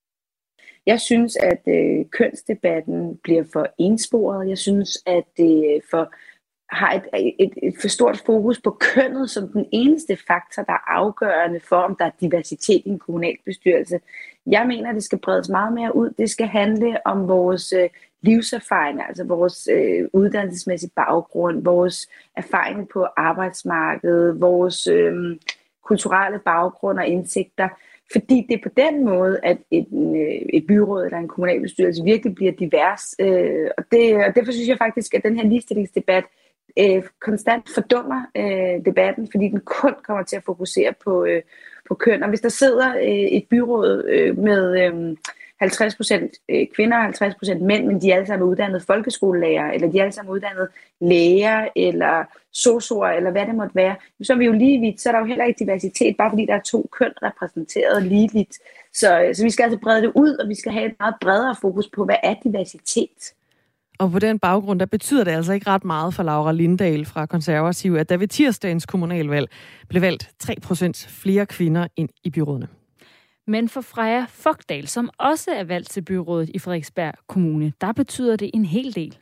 Jeg synes, at øh, kønsdebatten bliver for ensporet. Jeg synes, at det for, har et, et, et for stort fokus på kønnet som den eneste faktor, der er afgørende for, om der er diversitet i en kommunalbestyrelse. Jeg mener, at det skal bredes meget mere ud. Det skal handle om vores øh, livserfaringer, altså vores øh, uddannelsesmæssige baggrund, vores erfaringer på arbejdsmarkedet, vores øh, kulturelle baggrund og indsigter. Fordi det er på den måde, at et, et byråd eller en kommunalbestyrelse virkelig bliver divers. Øh, og, det, og derfor synes jeg faktisk, at den her ligestillingsdebat øh, konstant fordummer øh, debatten, fordi den kun kommer til at fokusere på, øh, på køn. Og hvis der sidder øh, et byråd øh, med øh, halvtreds procent kvinder og halvtreds procent mænd, men de er alle sammen uddannet folkeskolelærer, eller de er alle sammen uddannet læger, eller sosuer, eller hvad det måtte være, så er vi jo lige vidt, så er der jo heller ikke diversitet, bare fordi der er to køn repræsenteret ligeligt. Så, så vi skal altså brede det ud, og vi skal have et meget bredere fokus på, hvad er diversitet. Og på den baggrund, der betyder det altså ikke ret meget for Laura Lindahl fra Konservativ, at der ved tirsdagens kommunalvalg blev valgt tre procent flere kvinder ind i byrådene. Men for Freja Fogdal, som også er valgt til byrådet i Frederiksberg Kommune, der betyder det en hel del.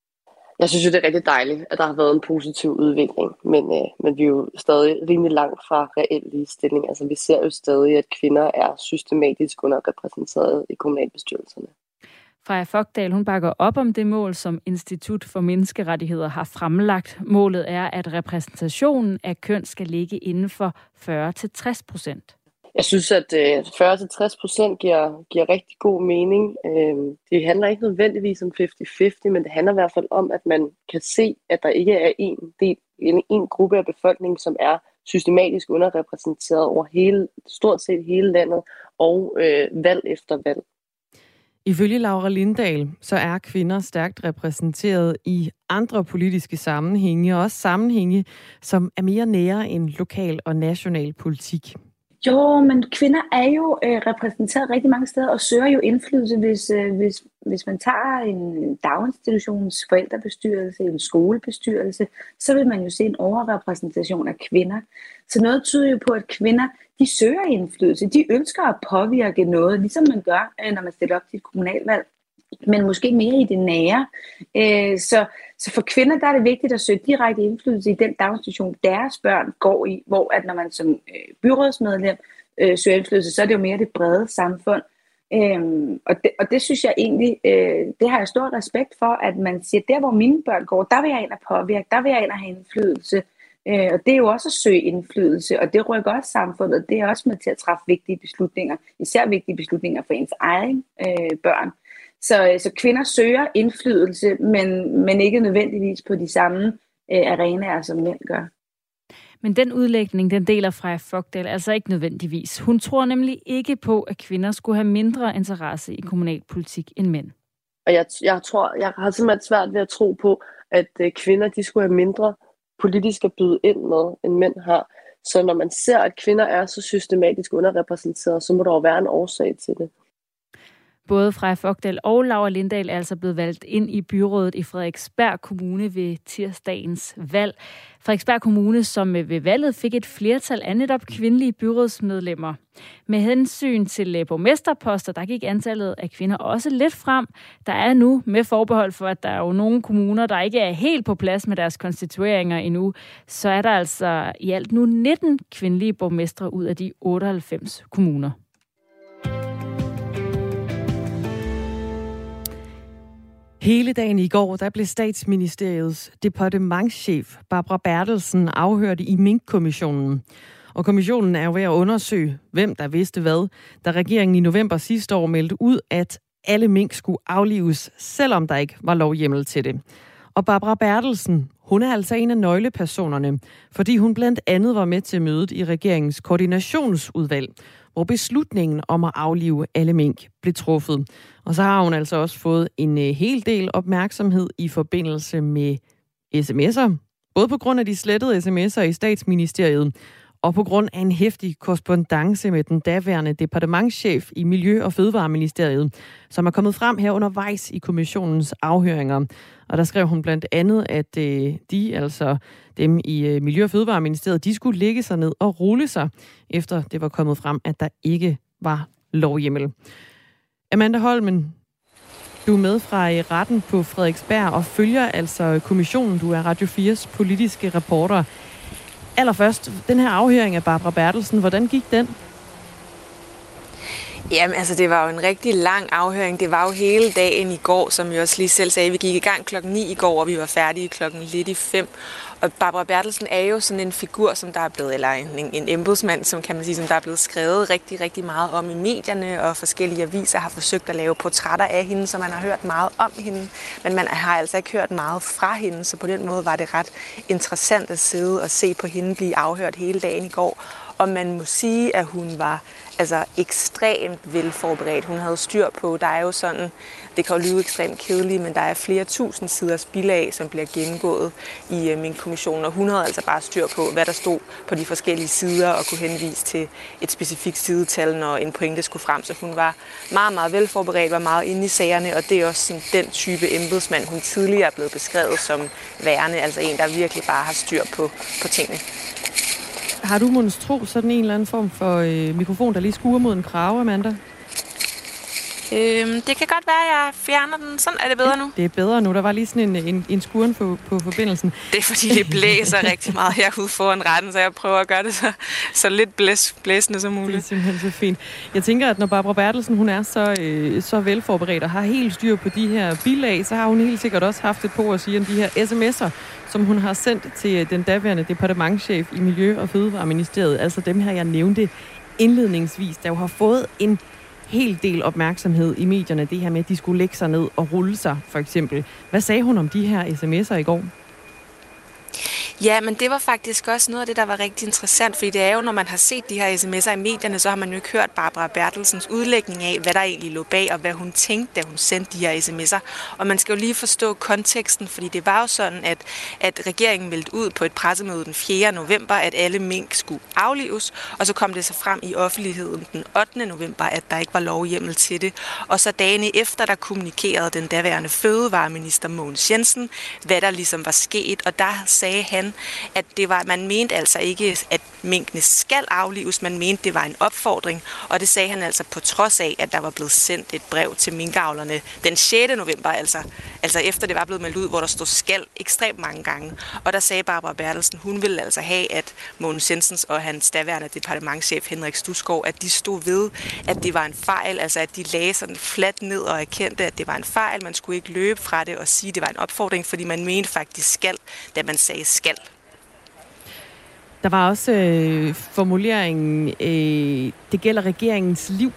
Jeg synes jo, det er rigtig dejligt, at der har været en positiv udvikling, men, øh, men vi er jo stadig rimelig langt fra reel ligestilling. Altså vi ser jo stadig, at kvinder er systematisk underrepræsenteret i kommunalbestyrelserne. Freja Fogdal, hun bakker op om det mål, som Institut for Menneskerettigheder har fremlagt. Målet er, at repræsentationen af køn skal ligge inden for fyrre til tres procent. Jeg synes, at fyrre til tres procent giver, giver rigtig god mening. Det handler ikke nødvendigvis om halvtreds halvtreds, men det handler i hvert fald om, at man kan se, at der ikke er en, del, en, en gruppe af befolkningen, som er systematisk underrepræsenteret over hele, stort set hele landet og øh, valg efter valg. Ifølge Laura Lindahl, så er kvinder stærkt repræsenteret i andre politiske sammenhænge, og også sammenhænge, som er mere nære end lokal og national politik. Jo, men kvinder er jo øh, repræsenteret rigtig mange steder og søger jo indflydelse, hvis, øh, hvis, hvis man tager en daginstitutions forældrebestyrelse, en skolebestyrelse, så vil man jo se en overrepræsentation af kvinder. Så noget tyder jo på, at kvinder, de søger indflydelse, de ønsker at påvirke noget, ligesom man gør, øh, når man stiller op til et kommunalvalg, men måske mere i det nære. Øh, så, så for kvinder, der er det vigtigt at søge direkte indflydelse i den daginstitution, deres børn går i, hvor at når man som øh, byrådsmedlem øh, søger indflydelse, så er det jo mere det brede samfund. Øhm, og, det, og det synes jeg egentlig, øh, det har jeg stor respekt for, at man siger, der hvor mine børn går, der vil jeg ind og påvirke, der vil jeg ind og have indflydelse. Øh, og det er jo også at søge indflydelse, og det rykker også samfundet. Det er også med til at træffe vigtige beslutninger, især vigtige beslutninger for ens egen øh, børn. Så, så kvinder søger indflydelse, men, men ikke nødvendigvis på de samme øh, arenaer, som mænd gør. Men den udlægning, den deler Freja Fogdal altså ikke nødvendigvis. Hun tror nemlig ikke på, at kvinder skulle have mindre interesse i kommunalpolitik end mænd. Og jeg, jeg tror, jeg har simpelthen svært ved at tro på, at øh, kvinder de skulle have mindre politisk at byde ind med, end mænd har. Så når man ser, at kvinder er så systematisk underrepræsenteret, så må der jo være en årsag til det. Både Freja Fogdal og Laura Lindahl er altså blevet valgt ind i byrådet i Frederiksberg Kommune ved tirsdagens valg. Frederiksberg Kommune, som ved valget fik et flertal af netop kvindelige byrådsmedlemmer. Med hensyn til borgmesterposter, der gik antallet af kvinder også lidt frem. Der er nu med forbehold for, at der er jo nogle kommuner, der ikke er helt på plads med deres konstitueringer endnu. Så er der altså i alt nu nitten kvindelige borgmestre ud af de otteoghalvfems kommuner. Hele dagen i går, der blev Statsministeriets departementschef Barbara Bertelsen afhørt i Mink-kommissionen. Og kommissionen er jo ved at undersøge, hvem der vidste hvad, da regeringen i november sidste år meldte ud, at alle mink skulle aflives, selvom der ikke var lovhjemmel til det. Og Barbara Bertelsen, hun er altså en af nøglepersonerne, fordi hun blandt andet var med til mødet i regeringens koordinationsudvalg, hvor beslutningen om at aflive alle mink blev truffet. Og så har hun altså også fået en hel del opmærksomhed i forbindelse med sms'er. Både på grund af de slettede sms'er i Statsministeriet, og på grund af en heftig korrespondance med den daværende departementschef i Miljø- og Fødevareministeriet, som er kommet frem her undervejs i kommissionens afhøringer. Og der skrev hun blandt andet, at øh, de, altså dem i øh, Miljø- og Fødevareministeriet, de skulle lægge sig ned og rulle sig, efter det var kommet frem, at der ikke var lovhjemmel. Amanda Holmen, du er med fra retten på Frederiksberg og følger altså kommissionen. Du er Radio fires politiske reporter. Allerførst, den her afhøring af Barbara Bertelsen, hvordan gik den? Jamen, altså, det var jo en rigtig lang afhøring. Det var jo hele dagen i går, som jeg også lige selv sagde. Vi gik i gang klokken ni i går, og vi var færdige klokken lidt i fem. Og Barbara Bertelsen er jo sådan en figur, som der er blevet, eller en, en embedsmand, som kan man sige, som der er blevet skrevet rigtig, rigtig meget om i medierne, og forskellige aviser har forsøgt at lave portrætter af hende, så man har hørt meget om hende, men man har altså ikke hørt meget fra hende, så på den måde var det ret interessant at sidde og se på hende blive afhørt hele dagen i går. Og man må sige, at hun var altså ekstremt velforberedt. Hun havde styr på, der er jo sådan, det kan jo lyde ekstremt kedeligt, men der er flere tusind siders bilag, som bliver gennemgået i uh, min kommission, og hun havde altså bare styr på, hvad der stod på de forskellige sider, og kunne henvise til et specifikt sidetal, når en pointe skulle frem. Så hun var meget, meget velforberedt, var meget inde i sagerne, og det er også sådan, den type embedsmand, hun tidligere er blevet beskrevet som værende, altså en, der virkelig bare har styr på, på tingene. Har du monstro sådan en eller anden form for øh, mikrofon, der lige skuer mod en krave, Amanda? Øhm, det kan godt være, at jeg fjerner den. Sådan er det bedre nu. Det er bedre nu. Der var lige sådan en, en, en skuren på, på forbindelsen. Det er fordi, det blæser rigtig meget herude foran retten, så jeg prøver at gøre det så, så lidt blæs, blæsende som muligt. Det er simpelthen så fint. Jeg tænker, at når Barbara Bertelsen, hun er så, øh, så velforberedt og har helt styr på de her bilag, så har hun helt sikkert også haft et på at sige om de her sms'er, som hun har sendt til den daværende departementschef i Miljø- og Fødevareministeriet. Altså dem her, jeg nævnte indledningsvis, der jo har fået en hel del opmærksomhed i medierne, det her med, at de skulle lægge sig ned og rulle sig, for eksempel. Hvad sagde hun om de her sms'er i går? Ja, men det var faktisk også noget af det, der var rigtig interessant, fordi det er jo, når man har set de her sms'er i medierne, så har man jo ikke hørt Barbara Bertelsens udlægning af, hvad der egentlig lå bag, og hvad hun tænkte, da hun sendte de her sms'er. Og man skal jo lige forstå konteksten, fordi det var jo sådan, at, at regeringen meldte ud på et pressemøde den fjerde november, at alle mink skulle aflives, og så kom det så frem i offentligheden den ottende november, at der ikke var lovhjemmel til det. Og så dagene efter, der kommunikerede den daværende fødevareminister Mogens Jensen, hvad der ligesom var sket, og der sagde han, igen, at det var, man mente altså ikke, at minkene skal aflives, man mente, det var en opfordring, og det sagde han altså på trods af, at der var blevet sendt et brev til minkavlerne den sjette november, altså, altså efter det var blevet meldt ud, hvor der stod skal ekstremt mange gange. Og der sagde Barbara Bertelsen, hun ville altså have, at Mogens Jensens og hans daværende departementschef Henrik Studsgaard, at de stod ved, at det var en fejl, altså at de lagde sådan fladt ned og erkendte, at det var en fejl, man skulle ikke løbe fra det og sige, at det var en opfordring, fordi man mente faktisk skal, da man sagde skal. Der var også øh, formuleringen, øh, det gælder regeringens liv.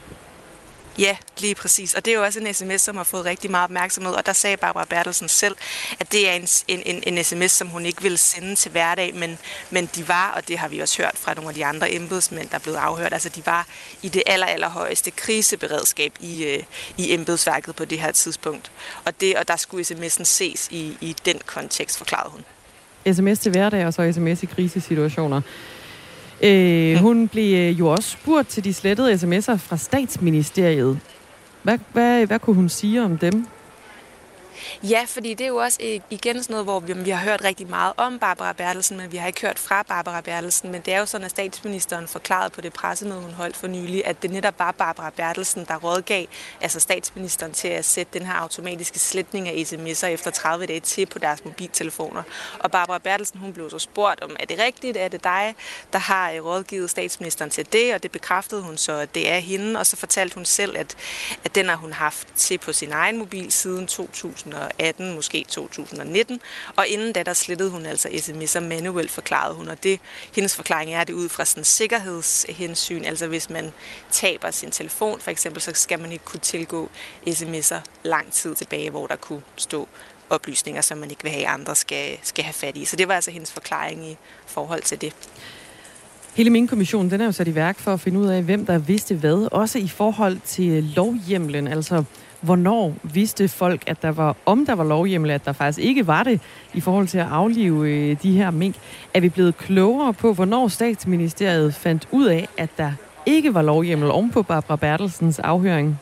Ja, lige præcis. Og det er jo også en sms, som har fået rigtig meget opmærksomhed. Og der sagde Barbara Bertelsen selv, at det er en, en, en, en sms, som hun ikke ville sende til hverdag, men, men de var, og det har vi også hørt fra nogle af de andre embedsmænd, der er blevet afhørt, altså de var i det aller, allerhøjeste kriseberedskab i, øh, i embedsværket på det her tidspunkt. Og, det, og der skulle sms'en ses i, i den kontekst, forklarede hun. Sms til hverdag og så sms i krisesituationer. Øh, mm. Hun blev jo også spurgt til de slettede sms'er fra Statsministeriet. Hvad, hvad, hvad kunne hun sige om dem? Ja, fordi det er jo også igen sådan noget, hvor vi, vi har hørt rigtig meget om Barbara Bertelsen, men vi har ikke hørt fra Barbara Bertelsen. Men det er jo sådan, at statsministeren forklarede på det pressemøde, hun holdt for nylig, at det netop var Barbara Bertelsen, der rådgav altså statsministeren til at sætte den her automatiske sletning af sms'er efter tredive dage til på deres mobiltelefoner. Og Barbara Bertelsen, hun blev så spurgt om, er det rigtigt, er det dig, der har rådgivet statsministeren til det? Og det bekræftede hun så, at det er hende. Og så fortalte hun selv, at, at den har hun haft til på sin egen mobil siden to tusind og atten, måske to tusind og nitten, og inden da, der slettede hun altså sms'er manuelt, forklarede hun, og det, hendes forklaring er, det ud fra sådan sikkerhedshensyn, altså hvis man taber sin telefon, for eksempel, så skal man ikke kunne tilgå sms'er lang tid tilbage, hvor der kunne stå oplysninger, som man ikke vil have, andre skal, skal have fat i. Så det var altså hendes forklaring i forhold til det. Hele Minkkommissionen, den er jo sat i værk for at finde ud af, hvem der vidste hvad, også i forhold til lovhjemlen, altså hvornår vidste folk, at der var, om der var lovhjemmel, at der faktisk ikke var det, i forhold til at aflive øh, de her mink. Er vi blevet klogere på, hvornår Statsministeriet fandt ud af, at der ikke var lovhjemmel oven på Barbara Bertelsens afhøring?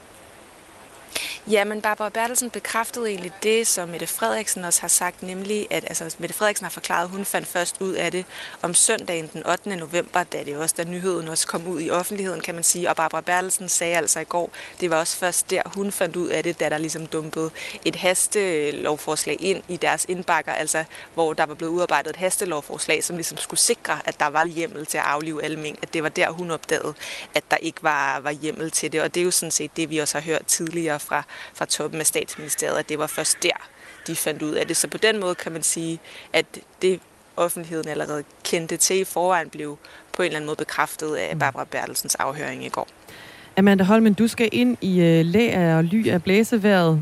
Ja, men Barbara Bertelsen bekræftede egentlig det, som Mette Frederiksen også har sagt, nemlig at altså, Mette Frederiksen har forklaret, at hun fandt først ud af det om søndagen den ottende november, da det også, da nyheden også kom ud i offentligheden, kan man sige. Og Barbara Bertelsen sagde altså i går, det var også først der, hun fandt ud af det, da der ligesom dumpede et hastelovforslag ind i deres indbakker, altså hvor der var blevet udarbejdet et hastelovforslag, som ligesom skulle sikre, at der var hjemmel til at aflive alle mink. At det var der, hun opdagede, at der ikke var, var hjemmel til det. Og det er jo sådan set det, vi også har hørt tidligere fra fra toppen af Statsministeriet, at det var først der, de fandt ud af det. Så på den måde kan man sige, at det offentligheden allerede kendte til i forvejen, blev på en eller anden måde bekræftet af Barbara Bertelsens afhøring i går. Amanda Holmen, du skal ind i uh, læ og ly af blæseværet.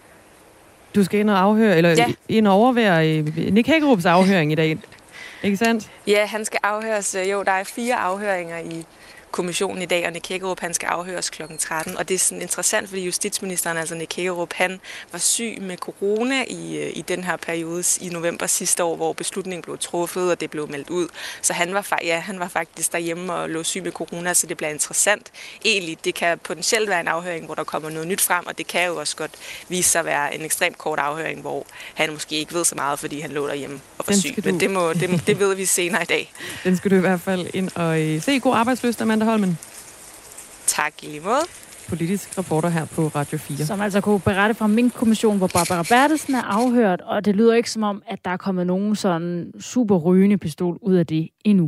Du skal ind og afhøre, eller ja. ind og overvære uh, Nick Hækkerups afhøring i dag. Ikke sandt? Ja, han skal afhøres. Jo, der er fire afhøringer i kommissionen i dag, og Nick Hækkerup, han skal afhøres klokken tretten. Og det er sådan interessant, fordi justitsministeren, altså Nick Hækkerup, han var syg med corona i, i den her periode i november sidste år, hvor beslutningen blev truffet, og det blev meldt ud. Så han var, ja, han var faktisk derhjemme og lå syg med corona, så det bliver interessant. Egentlig, det kan potentielt være en afhøring, hvor der kommer noget nyt frem, og det kan jo også godt vise sig at være en ekstremt kort afhøring, hvor han måske ikke ved så meget, fordi han lå derhjemme og var syg. Men det, må, det, det ved vi senere i dag. Den skal du i hvert fald ind og se. God arbejdslyst, Amanda Holmen. Tak i lige måde. Politisk reporter her på Radio fire. Som altså kunne berette fra Minkkommissionen, hvor Barbara Bertelsen er afhørt, og det lyder ikke som om, at der er kommet nogen sådan super rygende pistol ud af det endnu.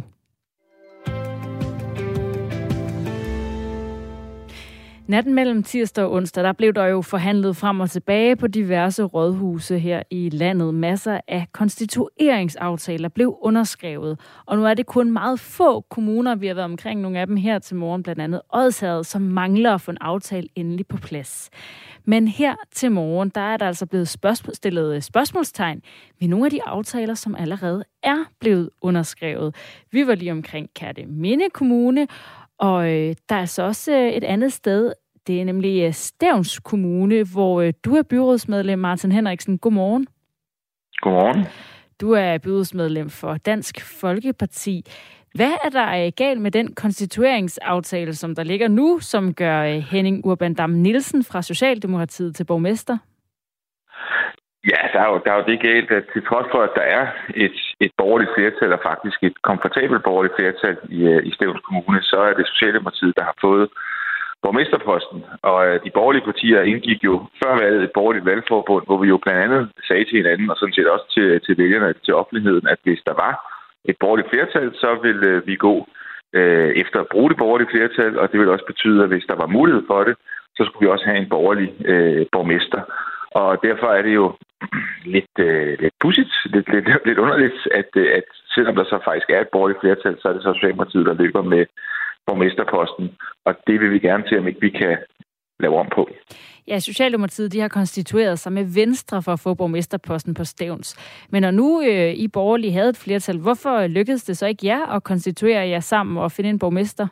Natten mellem tirsdag og onsdag, der blev der jo forhandlet frem og tilbage på diverse rådhuse her i landet. Masser af konstitueringsaftaler blev underskrevet, og nu er det kun meget få kommuner, vi har været omkring nogle af dem her til morgen, blandt andet Odsherred, som mangler at få en aftale endelig på plads. Men her til morgen, der er der altså blevet spørgsmål, stillet spørgsmålstegn ved nogle af de aftaler, som allerede er blevet underskrevet. Vi var lige omkring Kerteminde Kommune, og øh, der er altså også øh, et andet sted, det er nemlig øh, Stevns Kommune, hvor øh, du er byrådsmedlem, Martin Henriksen. Godmorgen. Godmorgen. Du er byrådsmedlem for Dansk Folkeparti. Hvad er der øh, galt med den konstitueringsaftale, som der ligger nu, som gør øh, Henning Urban Dam Nielsen fra Socialdemokratiet til borgmester? Ja, der er jo, der er jo det galt, at til trods for, at der er et et borgerligt flertal, og faktisk et komfortabelt borgerligt flertal i, i Stevns Kommune, så er det Socialdemokratiet, der har fået borgmesterposten. Og de borgerlige partier indgik jo før valget et borgerligt valgforbund, hvor vi jo blandt andet sagde til hinanden, og sådan set også til, til vælgerne, til offentligheden, at hvis der var et borgerligt flertal, så ville vi gå øh, efter at bruge det borgerlige flertal, og det ville også betyde, at hvis der var mulighed for det, så skulle vi også have en borgerlig øh, borgmester. Og derfor er det jo lidt, øh, lidt pudsigt, lidt, lidt, lidt underligt, at, at selvom der så faktisk er et borgerligt flertal, så er det så Socialdemokratiet, der løber med borgmesterposten, og det vil vi gerne se, om ikke vi kan lave om på. Ja, Socialdemokratiet de har konstitueret sig med Venstre for at få borgmesterposten på Stevns. Men når nu øh, I borgerlige havde et flertal, hvorfor lykkedes det så ikke jer at konstituere jer sammen og finde en borgmester?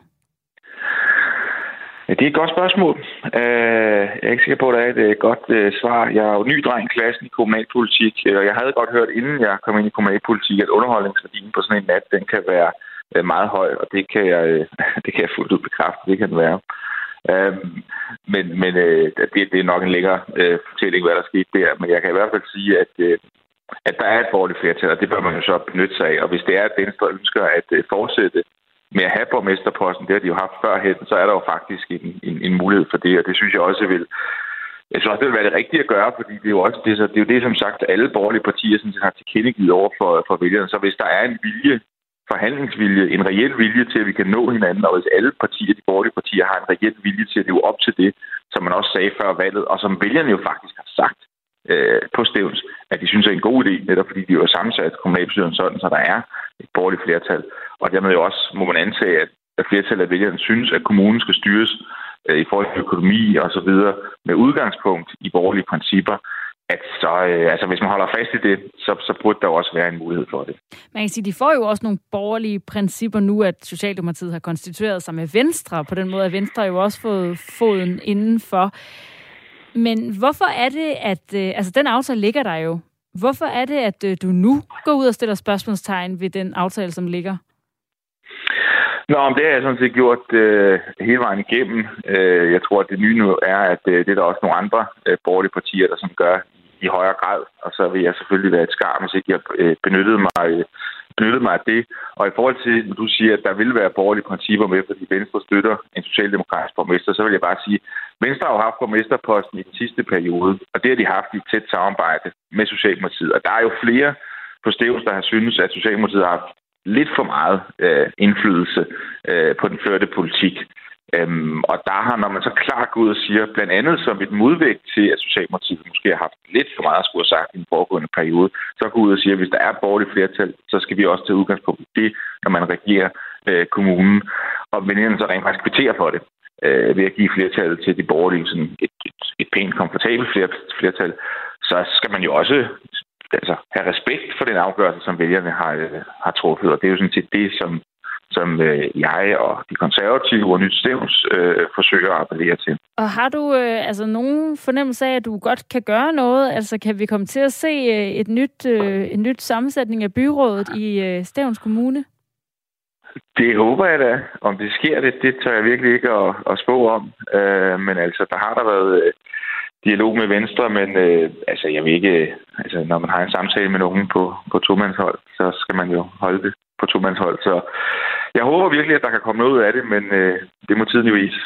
Ja, det er et godt spørgsmål. Jeg er ikke sikker på, at der er et godt svar. Jeg er jo ny dreng i klassen i kommunalpolitik, og jeg havde godt hørt, inden jeg kom ind i kommunalpolitik, at underholdningsværdien på sådan en nat, den kan være meget høj, og det kan jeg, det kan jeg fuldt ud bekræfte, det kan den være. Men, men det, det er nok en længere fortælling, hvad der skete der, men jeg kan i hvert fald sige, at, at der er et borgerligt flertal, og det bør man jo så benytte sig af, og hvis det er, at Venstre ønsker at fortsætte med at have borgmesterposten, det har de jo haft førhen, så er der jo faktisk en, en, en mulighed for det, og det synes jeg også vil, jeg synes også, det vil være det rigtige at gøre, fordi det er jo også det, så det, er jo det som sagt, alle borgerlige partier sådan set har tilkendegivet over for, for vælgerne, så hvis der er en vilje, forhandlingsvilje, en reel vilje til, at vi kan nå hinanden, og hvis alle partier, de borgerlige partier, har en reel vilje til at leve op til det, som man også sagde før valget, og som vælgerne jo faktisk har sagt øh, på Stevns, at de synes er en god idé, netop fordi de jo er sammensat kommunalbestyrelsen sådan, så der er et borgerligt flertal. Og dermed jo også må man antage, at flertallet af vælgerne synes, at kommunen skal styres øh, i forhold til økonomi og så videre med udgangspunkt i borgerlige principper, at så, øh, altså hvis man holder fast i det, så, så burde der også være en mulighed for det. Man kan sige, de får jo også nogle borgerlige principper nu, at Socialdemokratiet har konstitueret sig med Venstre. På den måde, at Venstre jo også fået foden indenfor. Men hvorfor er det, at... Øh, altså, den aftale ligger der jo. Hvorfor er det, at øh, du nu går ud og stiller spørgsmålstegn ved den aftale, som ligger? Nå, men det har jeg sådan set gjort øh, hele vejen igennem. Øh, jeg tror, at det nye nu er, at øh, det er der også nogle andre øh, borgerlige partier, der som gør i højere grad. Og så vil jeg selvfølgelig være et skar, hvis ikke jeg øh, benyttede mig, øh, benyttede mig af det. Og i forhold til, når du siger, at der vil være borgerlige principper med, fordi Venstre støtter en socialdemokratisk borgmester, så vil jeg bare sige, Venstre har jo haft borgmesterposten i den sidste periode, og det har de haft i et tæt samarbejde med Socialdemokratiet. Og der er jo flere på Stevns, der har synes, at Socialdemokratiet har haft lidt for meget øh, indflydelse øh, på den førte politik. Øhm, og der har, når man så klart går ud og siger, blandt andet som et modvægt til, at Socialdemokratiet måske har haft lidt for meget at skulle have sagt i den foregående periode, så går ud og siger, at hvis der er et borgerligt flertal, så skal vi også tage udgangspunkt i det, når man regerer øh, kommunen. Og vælgerne så rent faktisk kvitterer for det, øh, ved at give flertallet til de borgerlige sådan et, et, et pænt komfortabelt flertal, så skal man jo også altså, have respekt for den afgørelse, som vælgerne har, øh, har truffet. Og det er jo sådan set det, som som øh, jeg og de konservative og Nyt Stevns øh, forsøger at appellere til. Og har du øh, altså nogen fornemmelse af, at du godt kan gøre noget? Altså kan vi komme til at se øh, et nyt, øh, en nyt sammensætning af byrådet i øh, Stevns Kommune? Det håber jeg da. Om det sker, det, det tør jeg virkelig ikke at, at spå om. Øh, men altså, der har der været øh, dialog med Venstre, men øh, altså, jeg vil ikke, altså, når man har en samtale med nogen på, på tomandshold, så skal man jo holde det på tomandshold. Så jeg håber virkelig, at der kan komme noget ud af det, men øh, det må tiden jo vise.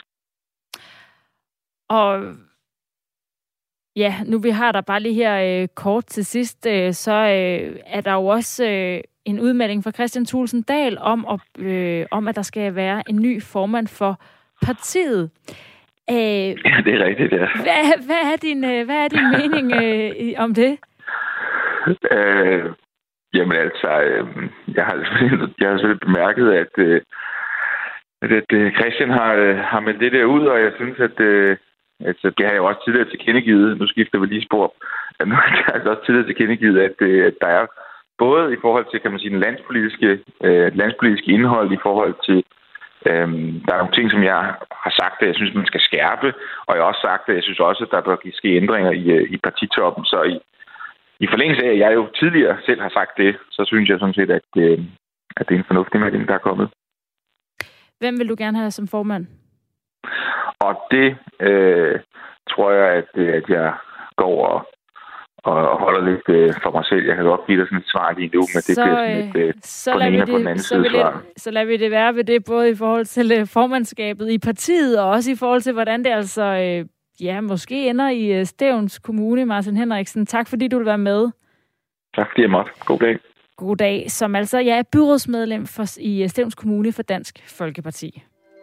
Og ja, nu vi har der bare lige her øh, kort til sidst, øh, så øh, er der jo også øh, en udmelding fra Kristian Thulesen Dahl om, at, øh, om, at der skal være en ny formand for partiet. Øh, ja, det er rigtigt, ja. Hvad, hvad, er, din, øh, hvad er din mening øh, om det? Øh, jamen altså, øh, jeg har jeg har selvfølgelig bemærket, at, øh, at, at Christian har, øh, har meldt det der ud, og jeg synes, at øh, altså, det har jeg jo også tidligere tilkendegivet. Nu skifter vi lige spor. Nu har jeg også tidligere tilkendegivet, at, øh, at der er både i forhold til, kan man sige, den landspolitiske, øh, landspolitiske indhold, i forhold til Øhm, der er nogle ting, som jeg har sagt, at jeg synes, man skal skærpe, og jeg har også sagt, at jeg synes også, at der bør ske ændringer i, i partitoppen. Så i, i forlængelse af, at jeg jo tidligere selv har sagt det, så synes jeg sådan set, at, øh, at det er en fornuftig melding, der er kommet. Hvem vil du gerne have som formand? Og det øh, tror jeg, at, at jeg går og, og holder lidt øh, for mig selv. Jeg kan godt give dig sådan et svar lige nu, men det så, bliver sådan et øh, så på den ene og på den anden side svar. Så lader vi det være ved det, både i forhold til formandskabet i partiet, og også i forhold til, hvordan det altså øh, ja, måske ender i Stevns Kommune. Martin Henriksen, tak fordi du vil være med. Tak fordi jeg måtte. God dag. God dag, som altså ja, er byrådsmedlem for, i Stevns Kommune for Dansk Folkeparti.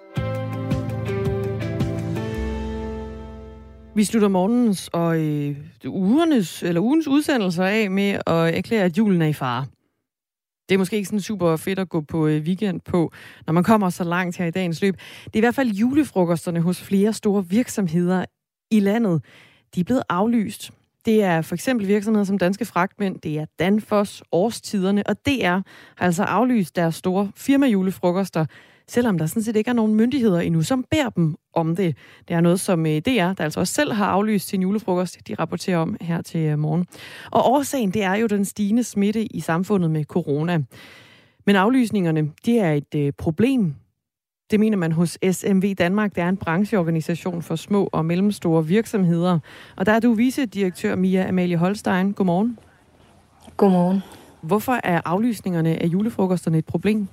Vi slutter morgens og øh, ugernes, eller ugens udsendelser af med at erklære, at julen er i fare. Det er måske ikke sådan super fedt at gå på øh, weekend på, når man kommer så langt her i dagens løb. Det er i hvert fald julefrokosterne hos flere store virksomheder i landet. De er blevet aflyst. Det er for eksempel virksomheder som Danske Fragtmænd, det er Danfoss, Årstiderne, og D R har altså aflyst deres store firma-julefrokoster, selvom der sådan set ikke er nogen myndigheder endnu, som beder dem om det. Det er noget, som D R, der altså også selv har aflyst sin julefrokost, de rapporterer om her til morgen. Og årsagen, det er jo den stigende smitte i samfundet med corona. Men aflysningerne, det er et øh, problem. Det mener man hos S M V Danmark. Det er en brancheorganisation for små og mellemstore virksomheder. Og der er du vicedirektør Mia Amalie Holstein. Godmorgen. Godmorgen. Hvorfor er aflysningerne af julefrokosterne et problem?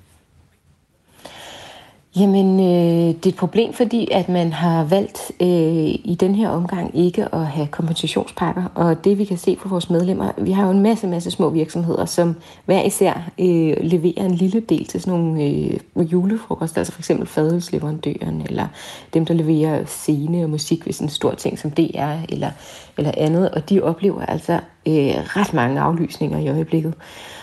Jamen, øh, det er et problem, fordi at man har valgt øh, i den her omgang ikke at have kompensationspakker. Og det vi kan se for vores medlemmer, vi har jo en masse, masse små virksomheder, som hver især øh, leverer en lille del til sådan nogle øh, julefrokoster. Altså for eksempel fadølsleverandøren, eller dem, der leverer scene og musik ved sådan en stor ting som D R eller, eller andet. Og de oplever altså øh, ret mange aflysninger i øjeblikket.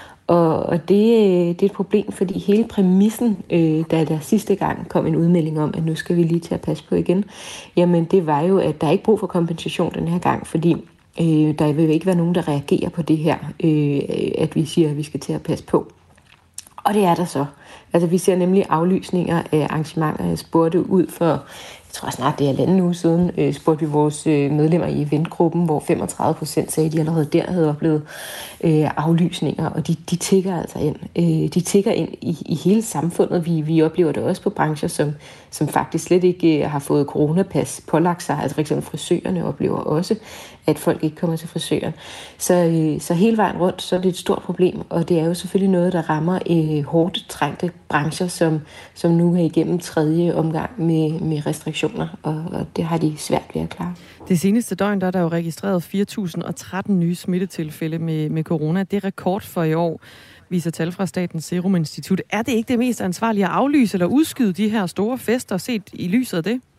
Og det, det er et problem, fordi hele præmissen, øh, da der sidste gang kom en udmelding om, at nu skal vi lige til at passe på igen, jamen det var jo, at der er ikke brug for kompensation den her gang, fordi øh, der vil jo ikke være nogen, der reagerer på det her, øh, at vi siger, at vi skal til at passe på. Og det er der så. Altså vi ser nemlig aflysninger af arrangementer. Jeg spurgte ud for, jeg tror snart det er halvanden uge siden, øh, spurgte vi vores øh, medlemmer i eventgruppen, hvor femogtredive procent sagde, at de allerede der havde oplevet øh, aflysninger, og de, de tigger altså ind. Øh, de tigger ind i, i hele samfundet. Vi, vi oplever det også på brancher, som, som faktisk slet ikke øh, har fået coronapas pålagt sig. Altså for eksempel frisørerne oplever også, at folk ikke kommer til frisøren. Så, øh, så hele vejen rundt, så er det et stort problem, og det er jo selvfølgelig noget, der rammer øh, hårdt trængte brancher, som, som nu er igennem tredje omgang med, med restriktioner, og, og det har de svært ved at klare. Det seneste døgn, der er der jo registreret fire tusind og tretten nye smittetilfælde med, med corona. Det er rekord for i år, viser tal fra Statens Serum Institut. Er det ikke det mest ansvarlige at aflyse eller udskyde de her store fester, set i lyset af det?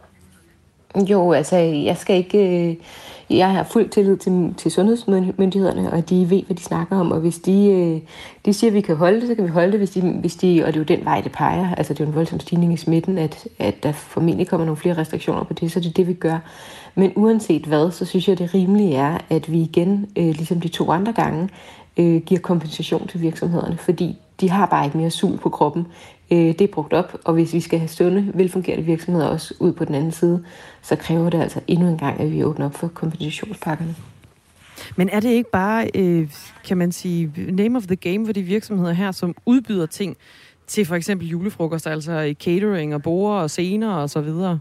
Jo, altså jeg skal ikke... Jeg har fuld tillid til, til sundhedsmyndighederne, og de ved, hvad de snakker om, og hvis de, de siger, at vi kan holde det, så kan vi holde det, hvis de, hvis de, og det er jo den vej, det peger. Altså det er jo en voldsom stigning i smitten, at, at der formentlig kommer nogle flere restriktioner på det, så det er det, vi gør. Men uanset hvad, så synes jeg, det rimelige er, at vi igen, øh, ligesom de to andre gange, øh, giver kompensation til virksomhederne, fordi de har bare ikke mere sul på kroppen. Det er brugt op, og hvis vi skal have sunde, velfungerende virksomheder også ud på den anden side, så kræver det altså endnu en gang, at vi åbner op for kompensationspakkerne. Men er det ikke bare, øh, kan man sige, name of the game for de virksomheder her, som udbyder ting til for eksempel julefrokoster, altså catering og borde og scener og så videre?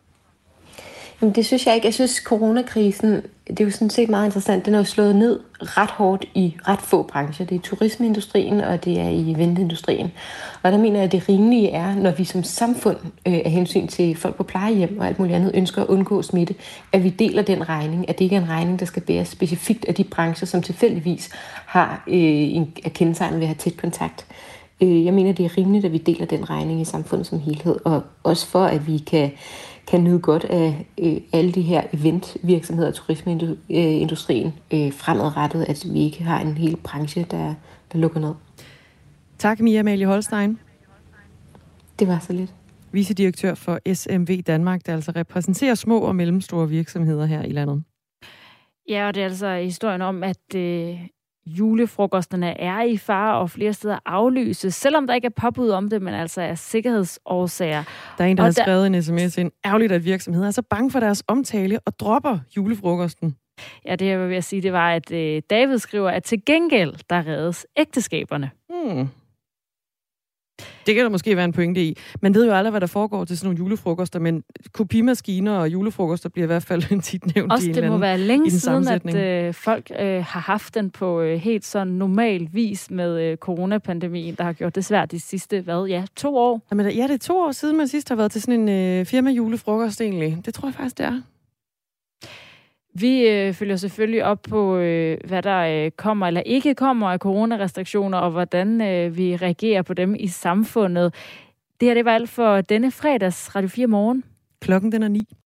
Jamen, det synes jeg ikke. Jeg synes, coronakrisen, det er jo sådan set meget interessant. Den er jo slået ned ret hårdt i ret få brancher. Det er turismeindustrien, og det er i eventindustrien. Og der mener jeg, at det rimelige er, når vi som samfund øh, af hensyn til folk på plejehjem og alt muligt andet ønsker at undgå smitte, at vi deler den regning, at det ikke er en regning, der skal bæres specifikt af de brancher, som tilfældigvis har øh, en kendetegn ved at have tæt kontakt. Øh, jeg mener, det er rimeligt, at vi deler den regning i samfundet som helhed, og også for, at vi kan kan nyde godt af øh, alle de her eventvirksomheder og turismeindustrien øh, fremadrettet, at vi ikke har en hel branche, der, der lukker ned. Tak, Mia Amalie Holstein. Det var så lidt. Vicedirektør for S M V Danmark, der altså repræsenterer små og mellemstore virksomheder her i landet. Ja, og det er altså historien om, at øh, julefrokosterne er i fare og flere steder aflyses, selvom der ikke er påbud om det, men altså er sikkerhedsårsager. Der er en, der og har der... skrevet en sms ind. Ærgerligt, at virksomheder er så bange for deres omtale og dropper julefrokosten. Ja, det jeg vil jeg sige, det var, at øh, David skriver, at til gengæld, der reddes ægteskaberne. Hmm. Det kan der måske være en pointe i. Man ved jo aldrig, hvad der foregår til sådan nogle julefrokoster, men kopimaskiner og julefrokoster bliver i hvert fald tit nævnt også i en det må anden, være længe siden, at øh, folk øh, har haft den på øh, helt sådan normal vis med øh, coronapandemien, der har gjort det svært de sidste, hvad, ja, to år. Jamen, ja, det er to år siden, man sidst har været til sådan en øh, firma-julefrokost egentlig. Det tror jeg faktisk, det er. Vi øh, følger selvfølgelig op på, øh, hvad der øh, kommer eller ikke kommer af coronarestriktioner, og hvordan øh, vi reagerer på dem i samfundet. Det her, det var alt for denne fredags Radio fire Morgen. Klokken den er ni.